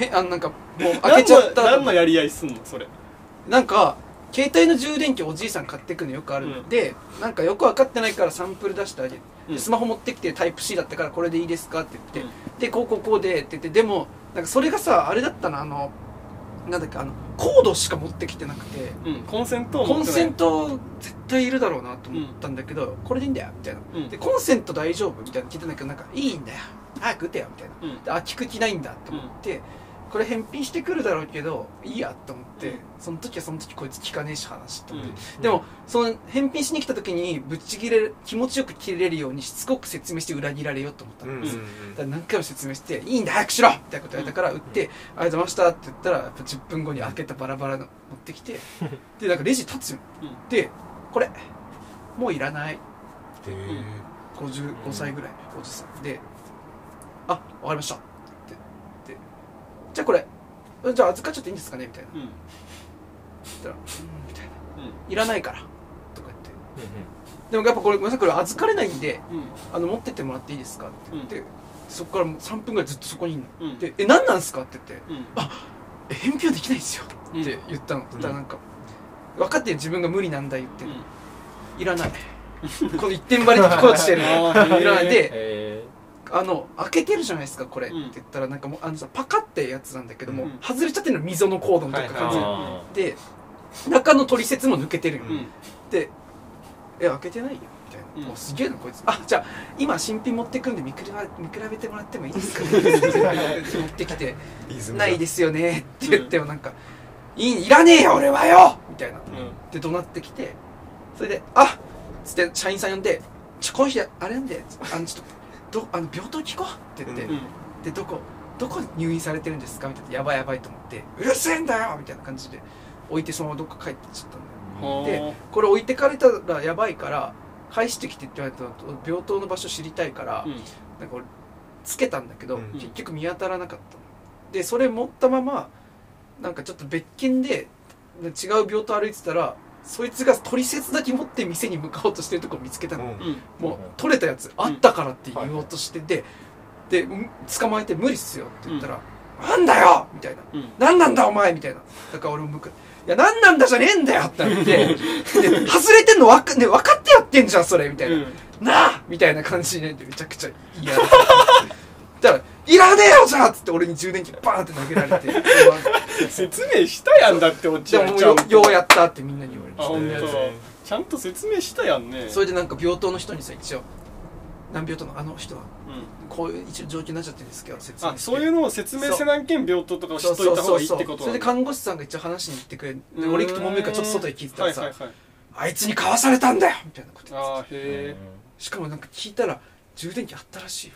A: へあのなんかもう開けちゃった
D: 何の何のやり合いすんのそれ。
A: なんか携帯の充電器おじいさん買ってくのよくあるの、うん、でなんかよく分かってないからサンプル出してあげる、うん、スマホ持ってきてタイプ C だったからこれでいいですかって言って、うん、でこうこうこうでって言ってでもなんかそれがさあれだったのあのなんだっけあのコードしか持ってきてなくて、
D: うん、コンセントを
A: 持ってないコンセント絶対いるだろうなと思ったんだけど、うん、これでいいんだよみたいな、うん、でコンセント大丈夫みたいな聞いてないけどなんかいいんだよ早く打てよみたいな、うん、であ聞く気ないんだと思って、うんこれ返品してくるだろうけどいいやと思って、うん、その時はその時こいつ聞かねえし話と思って、うん、でもその返品しに来た時にぶっちぎれる気持ちよく切れるようにしつこく説明して裏切られようと思ったんです、うんうんうん、だから何回も説明していいんだ早くしろみたいなこと言われたから売って、うん、ありがとうございましたって言ったらやっぱじゅっぷんごに開けたバラバラの持ってきてでなんかレジ立つよ、うん、でこれもういらないごじゅうごさいぐらいおじさんであわかりましたじゃあこれじゃあ預かっちゃっていいんですかねみたいな、うん、そしたら「うん」みたいな、うん「いらないから」とか言って、うん、でもやっぱこれごめんなさいこれ預かれないんで、うん、あの持ってってもらっていいですかって言って、うん、そこからもうさんぷんぐらいずっとそこにいるの、うん、で「え何なんすか?」って言って「うん、あえ返品はできないんですよ」って言ったの、うん、だからなんか分かってる自分が無理なんだ言ってる、うん、いらないこの一点張りでこうしてるのいらないであの開けてるじゃないですかこれ、うん、って言ったらなんかもうあのさパカってやつなんだけども、うん、外れちゃってるの溝のコードのとか感じ、はい、で中の取説も抜けてるよ、うん、でえ開けてないよみたいな、うん、もうすげえなこいつあじゃあ今新品持ってくんで見比べ見比べてもらってもいいですかね持ってきてないですよねって言ってもなんか、うん、い, いらねえよ俺はよみたいな、うん、で怒鳴ってきてそれであっつって社員さん呼んでちょコーヒーあれなんであのちょっとどあの病棟聞こうって言って、うん、でどこどこ入院されてるんですかみたいなやばいやばいと思ってうるせえんだよみたいな感じで置いてそのままどっか帰ってっちゃったんだよでこれ置いてかれたらやばいから返してきてって言われたら病棟の場所知りたいから、うん、なんか俺つけたんだけど、うん、結局見当たらなかったのでそれ持ったままなんかちょっと別件で違う病棟歩いてたらそいつが取説だけ持って店に向かおうとしてるとこを見つけたの、うん、もう取れたやつ、うん、あったからって言おうとしてて、で捕まえて無理っすよって言ったら、うん、なんだよみたいな、うん、なんなんだお前みたいなだから俺も向かいやなんなんだじゃねえんだよって言ってで外れてんの分か、ね、分かってやってんじゃんそれみたいな、うん、なあみたいな感じでめちゃくちゃ嫌だだからいらねえよじゃあっつって俺に充電器バーンって投げられて
D: 説明したやんだって落ち
A: ゃうでもようやったってみんなに言われて
D: あ本当ちゃんと説明したやんね
A: それでなんか病棟の人にさ一応何病棟のあの人は、うん、こういう一応状況になっちゃってるんですけど説明
D: あそういうのを説明せなきゃ病棟とかを知っといた方がいいってことなのそれ
A: で看護師さんが一応話に行ってくれで俺ともめからちょっと外で聞いてたらさ、はいはいはい、あいつに買わされたんだよみたいなこと言って
D: あへえ
A: しかもなんか聞いたら充電器あったらしいよ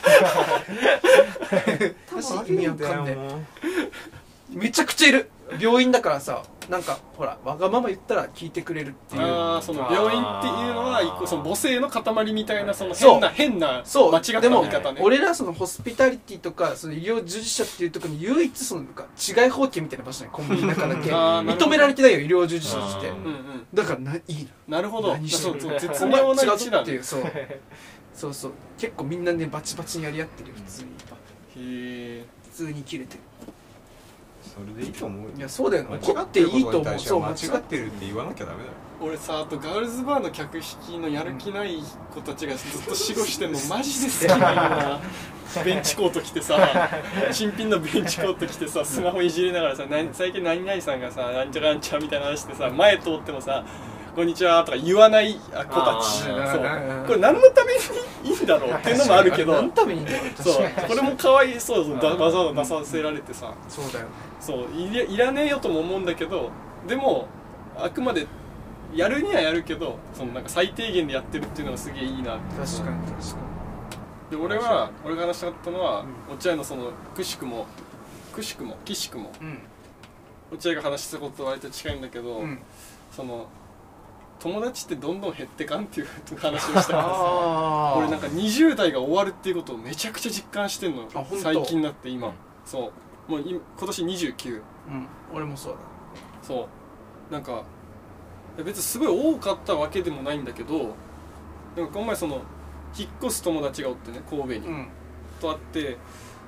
A: マジ意味わかんねえめちゃくちゃいる病院だからさなんかほらわがまま言ったら聞いてくれるっていう
D: ああその病院っていうのは一個その母性の塊みたいなその変な変な間違った見方ね
A: 俺らそのホスピタリティとかその医療従事者っていうところに唯一そのなんか違い放棄みたいな場所にコンビニの中だけ認められてないよ医療従事者として、うんうん、だからないい
D: のなるほど
A: 何して
D: るそう絶妙な位置だ
A: っていうそうそうそう結構みんなねバチバチにやり合ってるよ普通に
D: へえ
A: 普通に切れてる
C: それでいいと思う
A: いやそうだよね
C: 間違っていいと思うそう間違ってるって言わなきゃダメだよ
D: 俺さあとガールズバーの客引きのやる気ない子たちがずっと死後してんのマジで好きなんよなベンチコート着てさ新品のベンチコート着てさスマホいじりながらさ最近何々さんがさなんちゃらなんちゃらみたいな話してさ前通ってもさこんにちはとか言わない子たちそうこれ何のためにいいんだろうっていうのもあるけど
A: 何のためにいいんだろう
D: そうこれも可愛いそうそうだわざわざ出させられてさ
A: そうだよね
D: そういらねえよとも思うんだけどでもあくまでやるにはやるけどそのなんか最低限でやってるっていうのがすげえいいなって
A: 確かに確か
D: にで俺は俺が話したかったのは、うん、落合のそのくしくもくしくもきしくも、うん、落合が話したことと割と近いんだけど、うん、その友達ってどんどん減ってかんっていう話をしたからさ俺なんかにじゅう代が終わるっていうことをめちゃくちゃ実感してんの最近になって今、うん、そうもう今年にじゅうきゅう、
A: うん、俺もそうだ
D: そうなんか別にすごい多かったわけでもないんだけどなんかこの前その引っ越す友達がおってね神戸に、うん、と会って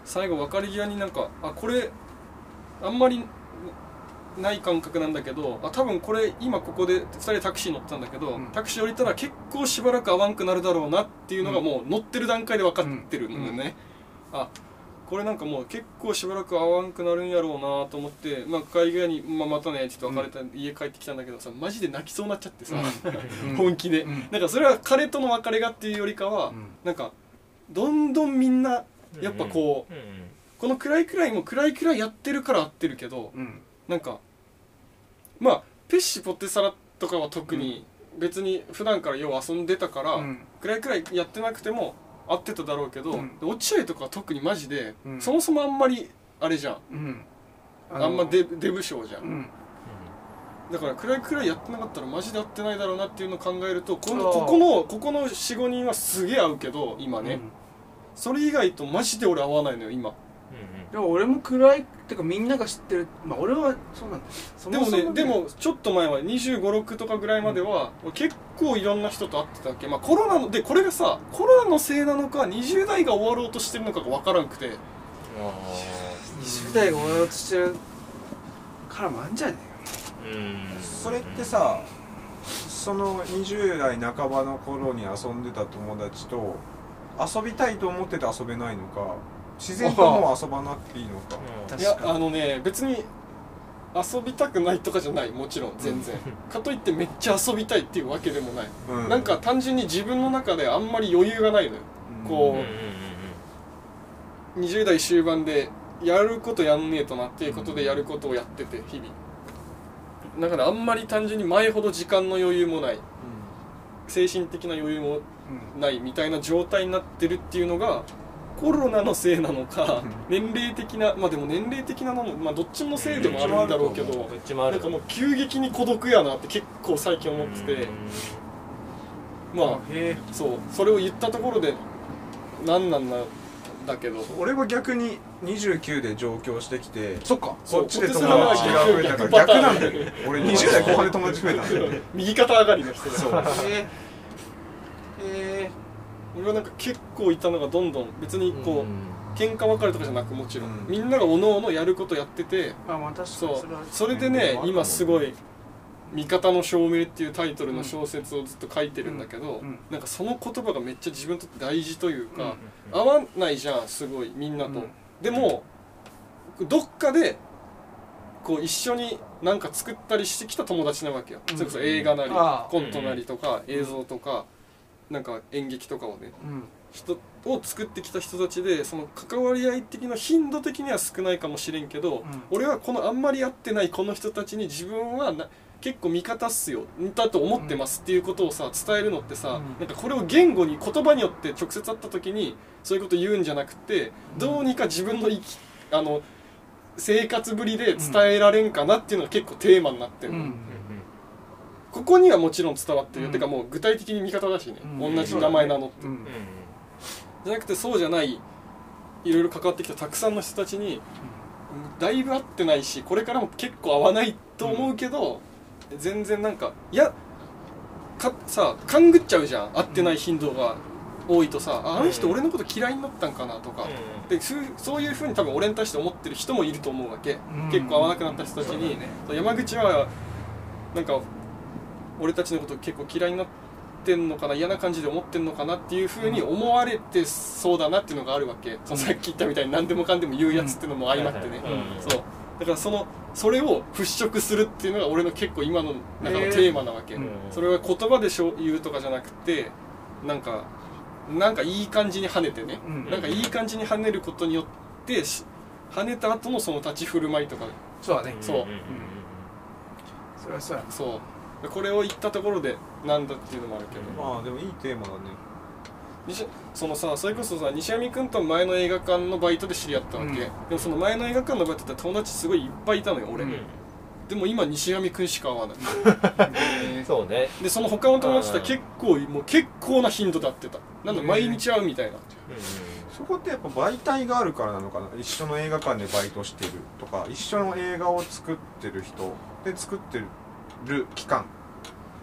D: 最後別れ際になんかあこれあんまりない感覚なんだけど、あ多分これ今ここでふたりでタクシー乗ってたんだけど、うん、タクシー降りたら結構しばらく会わんくなるだろうなっていうのがもう乗ってる段階で分かってるんだよね、うんうん、あこれなんかもう結構しばらく会わんくなるんやろうなと思って、まあ、帰り際に、まあ、またねちょっと別れた、うん、家帰ってきたんだけどさマジで泣きそうになっちゃってさ、うん、本気で、うん、なんかそれは彼との別れがっていうよりかは、うん、なんかどんどんみんなやっぱこう、うんうん、この暗い暗いも暗い暗いやってるから合ってるけど、うん、なんかまあペッシポテサラとかは特に別に普段からよう遊んでたから、うん、暗い暗いやってなくても合ってただろうけど、うん、落合とかは特にマジで、うん、そもそもあんまりあれじゃん、うん、あ, あんまデデブ賞じゃん、うん、だから暗い暗いやってなかったらマジで合ってないだろうなっていうのを考えるとこのここのここの よん,ご 人はすげえ合うけど今ね、うん、それ以外とマジで俺合わないのよ今。
A: でも俺も暗いってかみんなが知ってる、まあ俺はそうなんだよ。
D: でもね、でもちょっと前はにじゅうご、ろくとかぐらいまでは、うん、結構いろんな人と会ってたわけ。まあコロナのでこれがさコロナのせいなのかにじゅう代が終わろうとしてるのかが分からんくて、に
A: じゅう代が終わろうとしてるからもあんじゃねえよ。
C: うん。それってさ、そのにじゅう代半ばの頃に遊んでた友達と遊びたいと思ってて遊べないのか。自然ともう遊ばなくていいのか、
D: うん、いやあのね別に遊びたくないとかじゃないもちろん全然、うん、かといってめっちゃ遊びたいっていうわけでもない、うん、なんか単純に自分の中であんまり余裕がないのよ、うん、こう、うん、にじゅう代終盤でやることやんねえとなっていうことでやることをやってて日々だからあんまり単純に前ほど時間の余裕もない、うん、精神的な余裕もないみたいな状態になってるっていうのがコロナのせいなのか、年齢的な、まあでも年齢的なのも、まあどっちのせいでもあるんだろうけど、なんかもう急激に孤独やなって結構最近思ってて、まあ、そう、それを言ったところで、なんなんだけど。
C: 俺は逆ににじゅうきゅうで上京してきて、
A: そっか、
C: こっちで友達が増えたから逆なんだよね。俺にじゅう代後半で友達増えたんだよね。
D: 右肩上がりの人だ。
C: そう。
A: ええ
D: 俺はなんか結構いたのがどんどん別にこう喧嘩別れとかじゃなくもちろん、うん、みんながおのおのやることやってて、
A: あ、まあ、確かに
D: そうそれでね今すごい「味方の証明」っていうタイトルの小説をずっと書いてるんだけど、うん、なんかその言葉がめっちゃ自分にとって大事というか、うん、合わないじゃんすごいみんなと、うん、でもどっかでこう一緒に何か作ったりしてきた友達なわけよ、うん、それこそ映画なり、うん、コントなりとか、うん、映像とかなんか演劇とかをね、うん、人を作ってきた人たちでその関わり合い的な頻度的には少ないかもしれんけど、うん、俺はこのあんまり会ってないこの人たちに自分はな結構味方っすよだと思ってますっていうことをさ伝えるのってさ、うん、なんかこれを言語に言葉によって直接会った時にそういうこと言うんじゃなくて、うん、どうにか自分の生きあの生活ぶりで伝えられんかなっていうのが結構テーマになってる、うんうん、ここにはもちろん伝わってるよ、うん、てかもう具体的に味方だしね、うん、同じ名前名乗って、うん、じゃなくてそうじゃないいろいろ関わってきたたくさんの人たちに、うん、だいぶ会ってないしこれからも結構会わないと思うけど、うん、全然なんかいやかさ勘ぐっちゃうじゃん会ってない頻度が多いとさ、うん、あの人俺のこと嫌いになったんかなとか、うん、でそういうふうに多分俺に対して思ってる人もいると思うわけ、うん、結構会わなくなった人たちに、うんね、山口はなんか俺たちのこと結構嫌いになってんのかな嫌な感じで思ってんのかなっていうふうに思われてそうだなっていうのがあるわけ、うん、そのさっき言ったみたいに何でもかんでも言うやつっていうのも相まってね、うん、そうだからそのそれを払拭するっていうのが俺の結構今の中のテーマなわけ、えーうん、それは言葉で言うとかじゃなくてなんかなんかいい感じに跳ねてね、うん、なんかいい感じに跳ねることによって跳ねた後のその立ち振る舞いとか
A: そうだね
D: そう、うんうん、
A: それはそうや
D: そうこれを言ったところでなんだっていうのもあるけど、
C: まあでもいいテーマだね。
D: 西そのさそれこそさ西山君と前の映画館のバイトで知り合ったわけ、うん、でもその前の映画館のバイトって友達すごいいっぱいいたのよ俺、うん、でも今西山君しか会わない
B: そうね
D: でその他の友達と結構もう結構な頻度で会ってたなんだ毎日会うみたいな、うん、
C: そこってやっぱ媒体があるからなのかな。一緒の映画館でバイトしてるとか一緒の映画を作ってる人で作ってる期間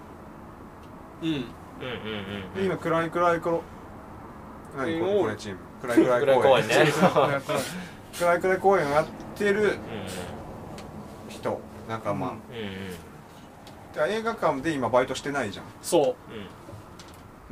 D: うんうんうん
C: うん今暗い暗い頃何これこれチームくらいくらい公園
B: ね
C: くらいくらい公園をやってる人仲間、うんうん映画館で今バイトしてないじゃん。
D: そう、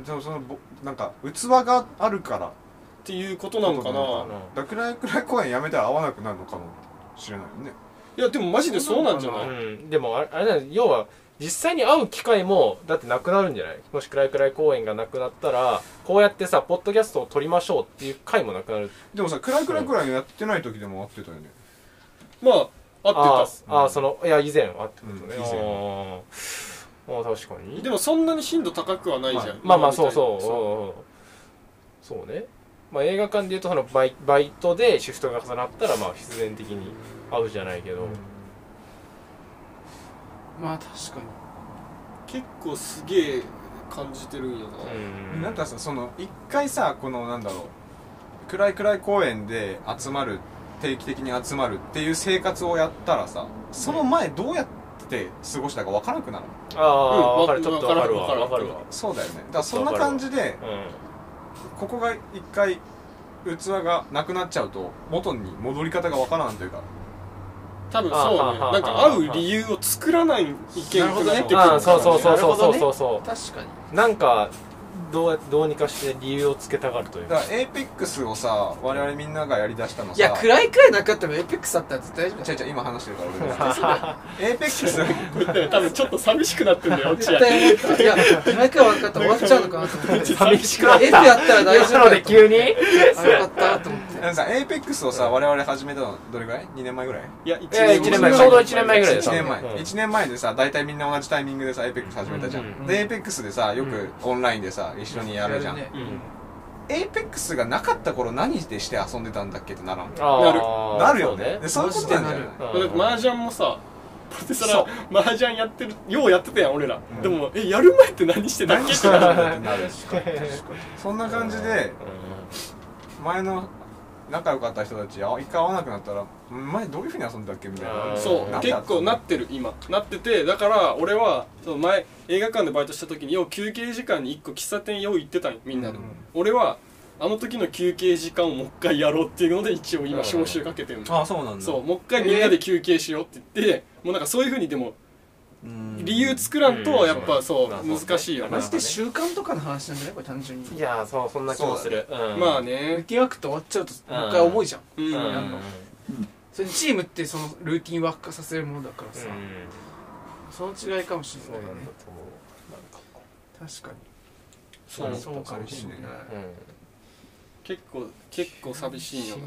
C: うん、でもそのなんか器があるから
D: っていうことなのかな。
C: だからくらいくらい公園やめたら合わなくなるのかもしれないよね。
D: いやでもマジでそうなんじゃない？
B: うん、でもあれあれだよ要は実際に会う機会もだってなくなるんじゃない？もしくらいくらい公園がなくなったらこうやってさポッドキャストを撮りましょうっていう回もなくなる。
C: でもさくらいくらいくらいやってない時でも会ってたよね。
D: まあ会ってた。
B: あー、あーそのいや以前はってことね、うん、以
C: 前
B: ああ確かに。
D: でもそんなに頻度高くはないじゃん。
B: まあまあそうそうそうそうね。まあ映画館でいうとそのバイ、バイトでシフトが重なったらまあ必然的に会うじゃないけど、うん、
A: まあ確か
D: に結構すげえ感じてるんやな。
C: うんなんかさその一回さこのなんだろうくらいくらい公園で集まる定期的に集まるっていう生活をやったらさその前どうやって過ごしたか分からなくなる。
B: ああ、うん、分かるちょっと分かるわ分かるわ。
C: そうだよね。だからそんな感じで、うん、ここが一回器がなくなっちゃうと元に戻り方が分からんというか
D: 多分そうね。なんか会う理由を作らない意見が出てくる。
B: ああそうそうそうそうそうそうそう、
A: ね、確かに
B: なんかどうどうにかして理由をつけたがるというか。
C: だからエーペックスをさ我々みんながやりだしたのさ
A: いや暗いくらいなかったらエーペックスだったら絶対大丈夫。
C: ちゃいちゃい今話してるから俺がエーペックス
D: こう言ったら多分ちょっと寂しくなってんだよ。
A: 絶対やったいや暗いくらい分かったら終わっちゃうのかなと思って
B: 寂しくなった。
A: F やったら大丈夫
B: なので急に
A: あよかったと思って
C: あのさエーペックスをさ我々始めたのどれぐらいにねんまえぐらい。
D: いや
B: いやいちねんまえちょうどいちねんまえぐらいで
C: いちねんまえいちねんまえでさ大体みんな同じタイミングでさエーペックス始めたじゃん、うん、でエーペックスでさよくオンラインでさ一緒にやるじゃん、うん、エーペックスがなかった頃何でして遊んでたんだっけってならん。
D: なる
C: なるよね。でそういうことなんじゃない。
D: だって麻雀もさポテサラ麻雀やってるようやってたやん俺ら、うん、でもえやる前って何してたっけってなる
C: そんな感じで前の仲良かった人たちあ一回会わなくなったら前どういうふうに遊んでたっけみたいな。
D: そう結構なってる今なっててだから俺はその前映画館でバイトした時によう休憩時間にいっこ喫茶店よう行ってたんよみんなで、うん、俺はあの時の休憩時間をもう一回やろうっていうので一応今招集かけてるの。
C: あそうなんだ。
D: そうもう一回みんなで休憩しようって言って、えー、もうなんかそういうふうにでも理由作らんとやっぱそう難しいよね。
A: マジで習慣とかの話なんじゃないこれ単純に。
B: いやそうそんな気もする、
D: うん、まあね
A: 抜け枠と終わっちゃうともう一回重いじゃん、うんうん、
B: うん、
A: それチームってそのルーティンワーク化させるものだからさ、うん、その違いかもしれないね。確かに
D: そう
A: そうかもしれない、うん、
D: 結構結構寂しいよな。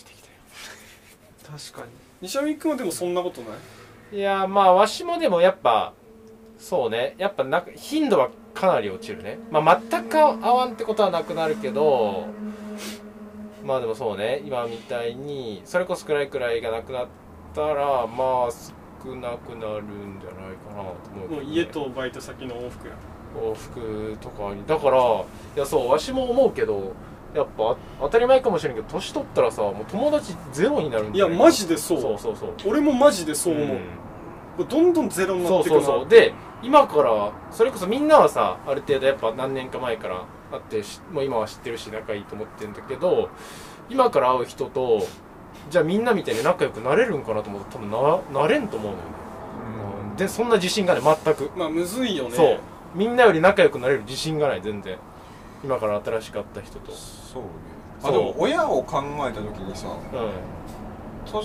A: 確かに。
D: 西山君はでもそんなことない？
B: いやまあわしもでもやっぱそうねやっぱな頻度はかなり落ちるね。まあ全く合わんってことはなくなるけどまあでもそうね今みたいにそれこそくらいくらいがなくなったらまあ少なくなるんじゃないかなと思う、ね、
D: もう家とバイト先の往復や
B: 往復とかにだからいやそうわしも思うけどやっぱ当たり前かもしれんけど年取ったらさもう友達ゼロになるん
D: じゃないか。いやマジでそう
B: そうそうそう俺
D: もマジでそう思う、うん、これどんどんゼロになってくる。
B: そうそうそうで今からそれこそみんなはさある程度やっぱ何年か前から会ってもう今は知ってるし仲いいと思ってるんだけど今から会う人とじゃあみんなみたいに仲良くなれるんかなと思うと多分 な, なれんと思うのよね、うん、でそんな自信がない全く。
D: まあむずいよね。
B: そうみんなより仲良くなれる自信がない全然今から新しかった人と。
C: そうね。あでも親を考えた時にさ、うん、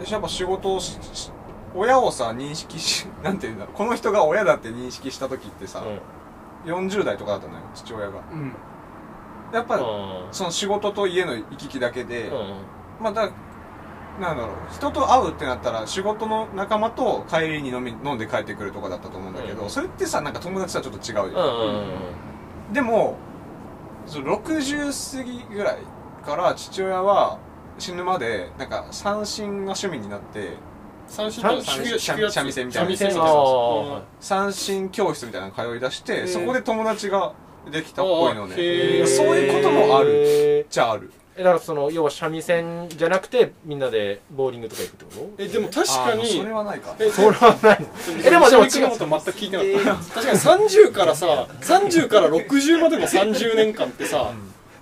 C: やっぱ仕事をし親をさ認識しなんていうんだろうこの人が親だって認識した時ってさ、うん、よんじゅう代とかだったのよ父親が、うん、やっぱ、うん、その仕事と家の行き来だけで、うん、まあだなんだろう人と会うってなったら仕事の仲間と帰りに飲み飲んで帰ってくるとかだったと思うんだけど、うん、それってさなんか友達とはちょっと違うじゃん、うんうんうん、でもろくじゅう過ぎぐらいから父親は死ぬまでなんか三振が趣味になって
D: 三振
C: 三味線みたいな三振教室みたいなの通い出してそこで友達ができたっぽいのでそういうこともあるじゃある。
B: えだからその要は三味線じゃなくてみんなでボーリングとか行くってこと？
D: えでも確かに
C: それはないか。
B: えそれはない
D: えでもでも違うこと全く聞いてなかった、えー、確かにさんじゅうからささんじゅうからろくじゅうまでのさんじゅうねんかんってさ、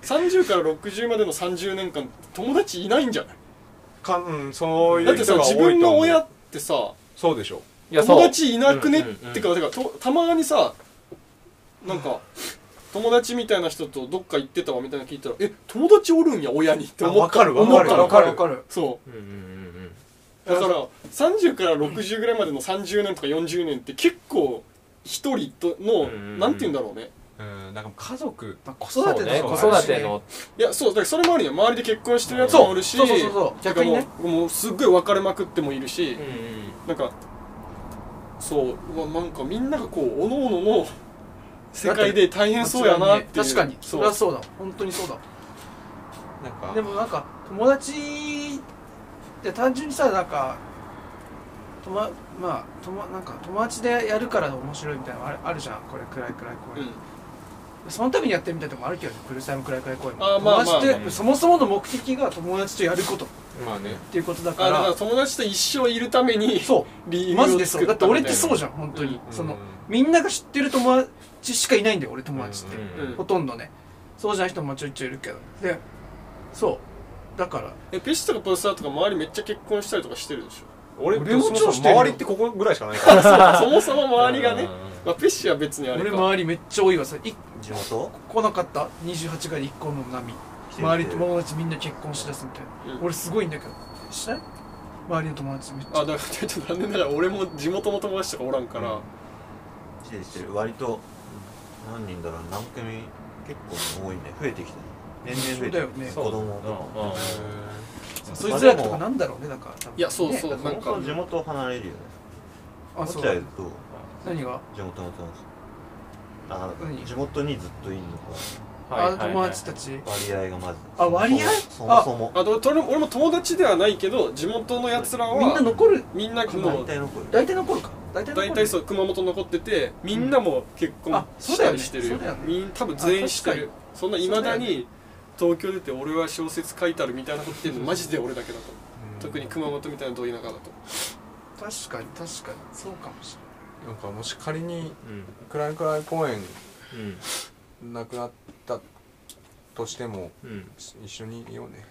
D: さんじゅうからろくじゅうまでのさんじゅうねんかん友達いないんじゃない？
C: かんそうい
D: だってさ
C: う人が多いと思う。
D: 自分の親ってさ
C: そうでしょ。
B: いやそう
D: 友達いなくね、
B: うんうんうん
D: ってかてかとたまにさなんか友達みたいな人とどっか行ってたわみたいなの聞いたらえ友達おるんや親にって思った
C: あわかるわ
D: 思った
A: わかるわかる。
D: そ
B: うんうんうん
D: うだからさんじゅうからろくじゅうぐらいまでのさんじゅうねんとかよんじゅうねんって結構一人との、
B: うん
D: なんて言うんだろうね
C: うんなんか家族
A: まあ子
B: そうね
A: 育てとか
B: 子
A: もあるしね
B: 育ての
D: いやそうだからそれもあるよ周りで結婚してるやつもおるし
A: そうそうそうそう逆にね
D: もうもうすっごい別れまくってもいるし、
B: うんうん
D: なんかそううわなんかみんながこうおのおのの世界で大変そうやなっていう
A: 確かにそれは
D: う
A: そうだ本当にそうだ。
C: なんか
A: でもなんか友達って単純にさなんかとままあともなんか友達でやるから面白いみたいなのあるあるじゃんこれ暗い暗い公演、
D: うん
A: そのためにやってるみたいなとこもあるけどねクルサイム暗い暗い公演も
D: あーまあまあ
A: 友達って、
B: まあ
A: そもそもの目的が友達とやることっ
C: まあね
A: ていうことだか
D: あだから
A: ら
D: 友達と一生いるために
A: そう
D: 理由を
A: マジでそう
D: 作った
A: だって俺ってそう
D: じ
A: じゃん本当に、
D: うん
A: そのみんなが知ってる友達しかいないんだよ俺友達って、
B: うん
D: うん
A: ほとんどねそうじゃない人もちょいちょいいるけどでそうだから
D: えペシとかポスターとか周りめっちゃ結婚したりとかしてるでし
C: 俺
A: 俺も
C: そもそも
A: 超してるよ
C: 周りってここぐらいしかないから
D: ょそもそも周りがね
B: うん、
D: まあ、ペシは別にあれ
A: 俺
D: か
A: 周りめっちゃ多いわさい
E: 地元
A: 来なかったにじゅうはちがいっこの波
E: 来てる
A: 周り友達みんな結婚しだすみたいな、
D: うん
A: 俺すごいんだけどしない周りの友達めっちゃ
D: あだからちょっと残念ながら俺も地元の友達とかおらんから、
E: 来てる来てる割と何人だろう何組結構多いね増えてきてる年々増えてる
A: そうだよね
E: 子供とか
B: うんうん
A: そいつらとかなんだろうねだから多分
D: いやそうそう
A: ね
D: なんか
E: そもそも地元離れるよね
A: あそう
E: 落合と
A: 何が
E: 地元の友達あ
A: 何
E: 地元にずっといるのか
A: あ友達たち
E: 割合がまず
A: あ割合
E: そもそも
D: あと俺俺も友達ではないけど地元のやつらは
A: みんな残る
D: みんな
E: 大
D: もう
E: 体残る
A: 大体残るか大体残る
D: 大体そう熊本残っててみんなも結婚
A: あそう
D: し
A: だよね
D: たりしてるよ
A: そうだよね
D: みん多分全員して
A: あ
D: るそんないまだに東京出て俺は小説書いてあるみたいなこと言ってるのマジで俺だけだと特に熊本みたいなど田舎だと
A: 確かに確かにそうかもし
C: なんかもし仮に
B: うん
C: 暗い暗い公園
B: うん
C: なくなったとしても
B: うん
C: 一緒にいようね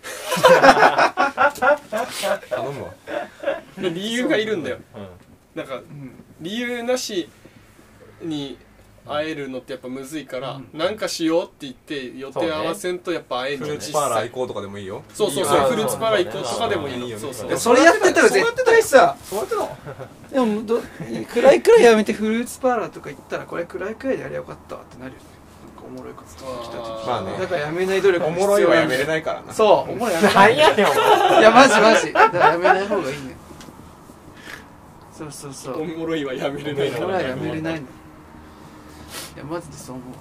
C: 頼むわ
D: で理由がいるんだよ
B: うん
D: なんか
A: れない、うん、
D: 理由なしに会えるのってやっぱむずいから、
A: うん
D: なんかしようって言って予定合わせんとやっぱ会えん
C: フ
D: の
C: ルーツパーラー行こうとかでもいいよ
D: そうそう
C: いいよ
D: そうフルーツパーラー行こうとかでもいい
C: いいよ
D: のそうそう
A: でそれやってたら絶対さ
C: そうやっての
A: でもど暗い暗いやめてフルーツパーラーとか行ったらこれ暗い暗いでやりゃよかったわってなるよねなんかおもろいこととか来た時
C: まあね
A: だからやめない努力
C: おもろいはやめれないからな
A: そうおもろいやめな
B: ないんやねんお前
A: いやマジマジだからやめない方がいいねそうそうそう
D: おもろいはやめれない
A: おもろいはやめれないのいやマジでそう思う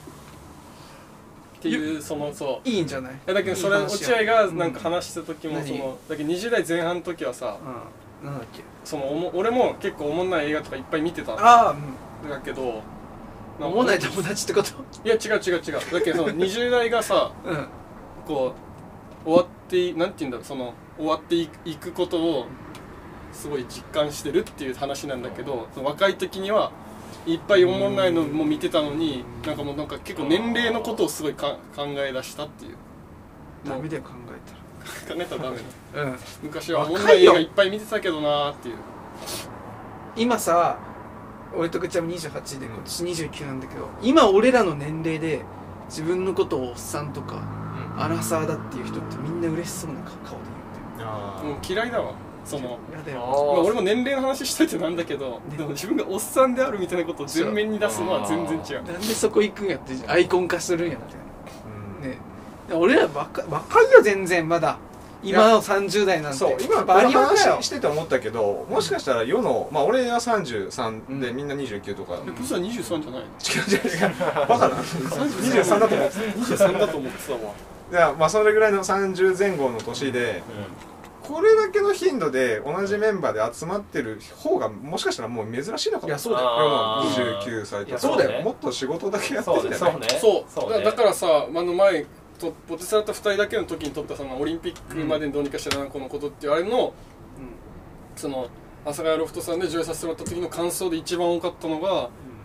D: っていうそのそう
A: いいんじゃない
D: いやだけどそれ
A: いい話
D: 落合がなんか話した時も
A: うん
D: そのだけどにじゅう代前半の時はさ
A: うんなんだっけ
D: そのおも俺も結構おもんない映画とかいっぱい見てたん
A: ああうん
D: だけど
A: 思わない友達ってこと
D: いや違う違う違うだけどそのにじゅう代がさ
A: うん
D: こう終わってなんて言うんだろうその終わっていいくことをすごい実感してるっていう話なんだけどその若い時にはいっぱいおもんないのも見てたのになんかもうなんか結構年齢のことをすごいか考え出したっていうもう
A: ダメだよ考え
D: 考えたらダメだ
A: たらうん
D: 昔はおもんない映画いっぱい見てたけどなーっていう
A: 今さ俺とくちゃんもにじゅうはちで今年にじゅうきゅうなんだけど今俺らの年齢で自分のことをおっさんとかアラサーだっていう人ってみんな嬉しそうな顔で言うんだよ
D: もう嫌いだわその
A: やだよ
D: まあ、俺も年齢の話したいってなんだけどでも自分がおっさんであるみたいなことを前面に出すのは全然違う
A: なんでそこ行くんやってアイコン化するんやってね俺ら若若いよ全然まだ今のさんじゅう代なんて
C: そう今こ
A: バリ
C: の
A: バリだよ
C: 話してて思ったけどもしかしたら世のまあ俺はさんじゅうさんで
A: うん
C: みんなにじゅうきゅうとか
D: えプスはにじゅうさんじゃない
C: 違う違う違うバカなにじゅうさんだと思ってた
D: にじゅうさんだと思ってたわ
C: いやまあそれぐらいのさんじゅうぜん後の年でこれだけの頻度で同じメンバーで集まってる方がもしかしたらもう珍しいのかも
A: いやそうだよ
C: 俺もにじゅうきゅうさいとか
B: いやそうだよ
C: もっと仕事だけやって
B: そう
C: るんじゃない
B: ねそうね
D: そう
B: そうね
D: だだからさあの前とポテサラとふたりだけの時に撮ったそのオリンピックまでにどうにかしてなこのことっていうあれのその阿佐ヶ谷ロフトさんで上映させてもらった時の感想で一番多かったのが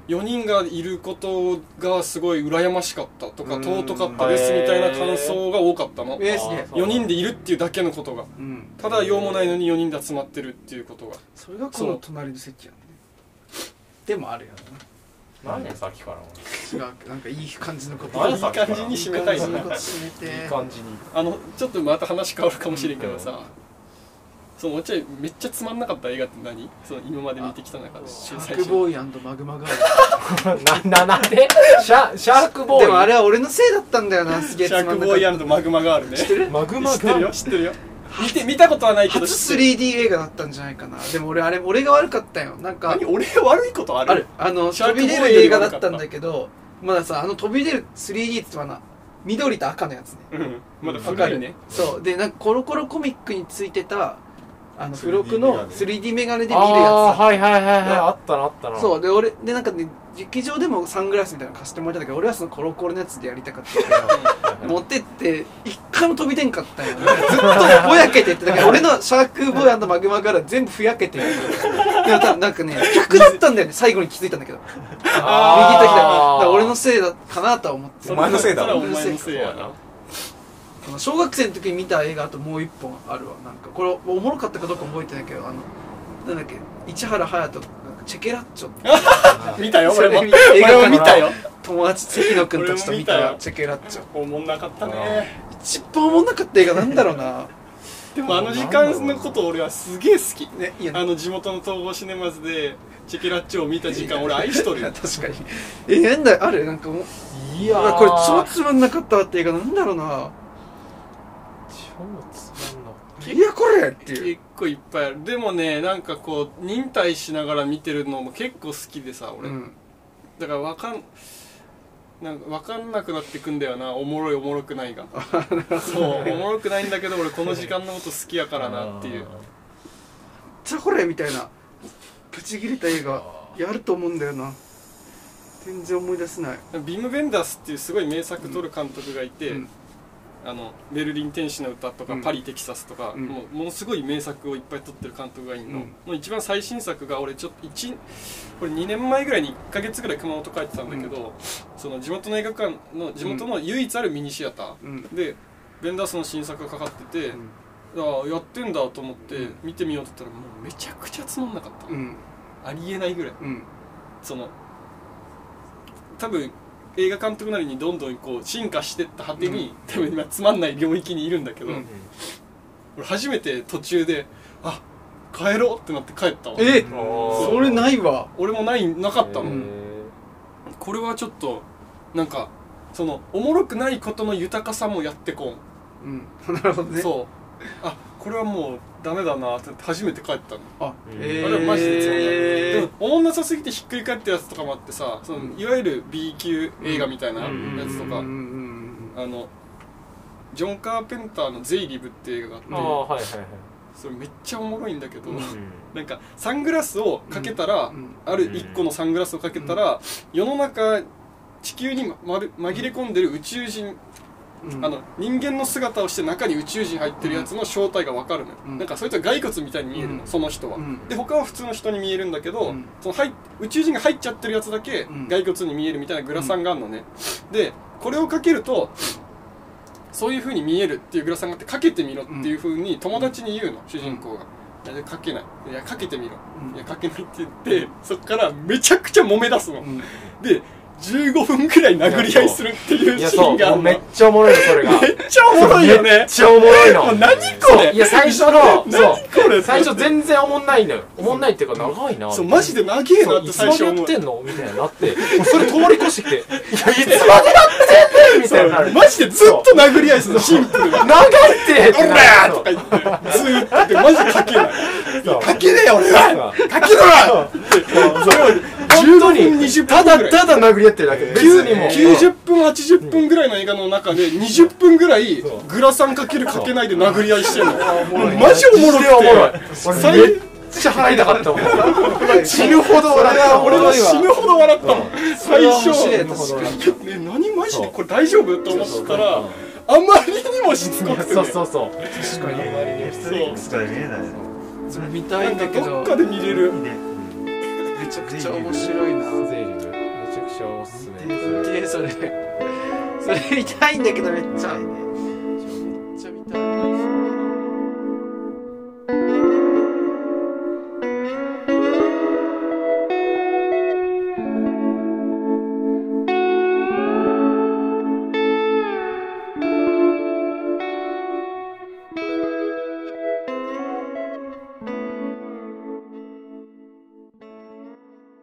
D: よにんがいることがすごい羨ましかったとか尊かったですみたいな感想が多かったの。
A: えー、すげえ。
D: よにんでいるっていうだけのことが、うん、ただ用もないのによにんで集まってるっていうことが、
A: それがこの隣の席やね。でもあるやろ
B: な。何やさっきから
A: 違う、なんかいい感じのこと、
D: いい感じに締めたいな。いい
B: 感じに。
D: あのちょっとまた話変わるかもしれんけどさ、そのお茶めっちゃつまんなかった映画って何？その今まで見てきた中で。
A: シャークボーイ&マグマガー
B: ル。な、な、なんでシャ、シャークボーイ。
A: でもあれは俺のせいだったんだよな、すげえつまんなかった。
D: シャークボーイ&マグマガールね。
A: 知ってる？
B: マグマガール。
D: 知ってるよ、知ってるよ。見て、見たことはないけど。
A: 初 スリーディー 映画だったんじゃないかな。でも俺あれ、俺が悪かったよ。なんか。
D: 何？俺が悪いことある？
A: ある。あの、飛び出る映画だったんだけど、まださ、あの飛び出る スリーディー って言ったら緑と赤のやつね。
D: うん。まだ古いね。
A: そう。で、なんかコロコロコミックについてた、あの付録の スリーディー メガネで見るやつ。あ
B: あ、はいはいはいはい。あったなあったな。
A: そう。で、俺、で、なんかね、劇場でもサングラスみたいなの貸してもらったんだけど、俺はそのコロコロのやつでやりたかったから持ってって一回も飛び出んかったんよ。ずっとぼやけてって、だから俺のシャークボーイ&マグマから全部ふやけてる。でも多分なんかね、逆だったんだよね、最後に気づいたんだけど。右と左。だから俺のせいだかなとは思って。
C: お前のせいだろ。
D: お前のせいやな。
A: 小学生の時に見た映画あともう一本あるわ。なんかこれおもろかったかどうか覚えてないけど、あのなんだっけ、市原隼人チェケラッチョ
D: 見たよ俺も。
A: 映画
D: 俺も見たよ。
A: 友達関野くんたちと見たチェケラッチョ。
D: おもんなかったね。
A: 一番おもんなかった映画なんだろうな。
D: でもあの時間のこと俺はすげえ好き
A: ね。
D: あの地元の東宝シネマズでチェケラッチョを見た時間俺愛しとるよ。
A: 確かに。え、なんだあれ、なんかもう、いやーこれ超つまんなかったって映画なんだろうな。いやこれっていう。
D: 結構いっぱいある。でもね、なんかこう忍耐しながら見てるのも結構好きでさ俺、うん、だからわかんなんか分かんなくなってくんだよな、おもろいおもろくないが。そうおもろくないんだけど俺この時間のこと好きやからなっていう。
A: じゃあこれみたいなブチ切れた映画やると思うんだよな。全然思い出せない。
D: ビム・ベンダースっていうすごい名作撮る監督がいて、うん、あのベルリン天使の歌とか、うん、パリテキサスとか、うん、もうものすごい名作をいっぱい撮ってる監督がいるの、うん、の一番最新作が俺ちょっと一これにねんまえぐらいにいっかげつぐらい熊本帰ってたんだけど、うん、その地元の映画館の地元の唯一あるミニシアター、うん、でベンダースの新作がかかってて、うん、あやってんだと思って見てみようと言ったらもうめちゃくちゃつまんなかった、うん、ありえないぐらい、うん、その多分映画監督なりにどんどんこう進化してった果てに、うん、多分今つまんない領域にいるんだけど、うん、俺初めて途中であ帰ろうってなって帰ったわ。
A: えっそれないわ。
D: 俺もないなかったの。これはちょっとなんかそのおもろくないことの豊かさもやってこ
A: ん、うん、なるほどね。
D: そうあこれはもうダメだなって初めて帰ったの。
A: あ、
D: えー、あれはマジでつまんない。でもおもんなさすぎてひっくり返ったやつとかもあってさ、そのいわゆる ビー 級映画みたいなやつとか、あのジョン・カーペンターの「ゼイリブ」って映画があって、あ、はいはいはい、それめっちゃおもろいんだけど、うん、なんかサングラスをかけたら、うん、あるいっこのサングラスをかけたら、うん、世の中地球に、ま、紛れ込んでる宇宙人、うん、あの人間の姿をして中に宇宙人入ってるやつの正体が分かるのよ、うん、なんかそいつは骸骨みたいに見えるの、うん、その人は、うん、で他は普通の人に見えるんだけど、うん、その入宇宙人が入っちゃってるやつだけ骸骨に見えるみたいなグラサンがあるのね、うん、でこれをかけるとそういう風に見えるっていうグラサンがあってかけてみろっていう風に友達に言うの、主人公が。いやかけない、いやかけてみろ、いやかけないって言ってそっからめちゃくちゃ揉め出すの、うん、でじゅうごふんくらい殴り合いするっていうシーンがあるの。
B: めっちゃおもろいのそれが。
D: めっちゃおもろいよね。
B: めっちゃおもろいの。
D: 何これ。
B: いや最初の
D: そうこれ
B: 最初全然おもんないのよ。おもんないっていうか長いな。
D: そうマジで長えなって最初
B: 思う。いつまでやってんのみたいになって、それ通り越してきて、いやいつまでやってんねんみたいになる。
D: マジでずっと殴り合いするのシンプルが。
B: 長いって。
D: おらーとか言ってずーっとってマジでかけない。かけねえ俺は。かけろよ。それをじゅうごふんにじゅっぷん
B: ただただ殴り合ってるだけ。別に
D: きゅうじゅっぷんはちじゅっぷんぐらいの映画の中でにじゅっぷんぐらいグラサンかけるかけないで殴り合いしてるの。マジおもろくて
B: めっちゃ払いたかったもん。死ぬほど笑った。
D: 俺は死ぬほど笑ったもん最初。ね何マジでこれ大丈夫と思ったらあまりにもしつこくて。
B: そうそうそう
A: 確かに。
E: そうしか見えない。
A: それ見たいんだけど
D: どっかで見れる。
A: めちゃくちゃ面白いな。
B: ゼイリグめちゃくちゃおすすめ。
A: 見てそれそれ見たいんだけどめっちゃ。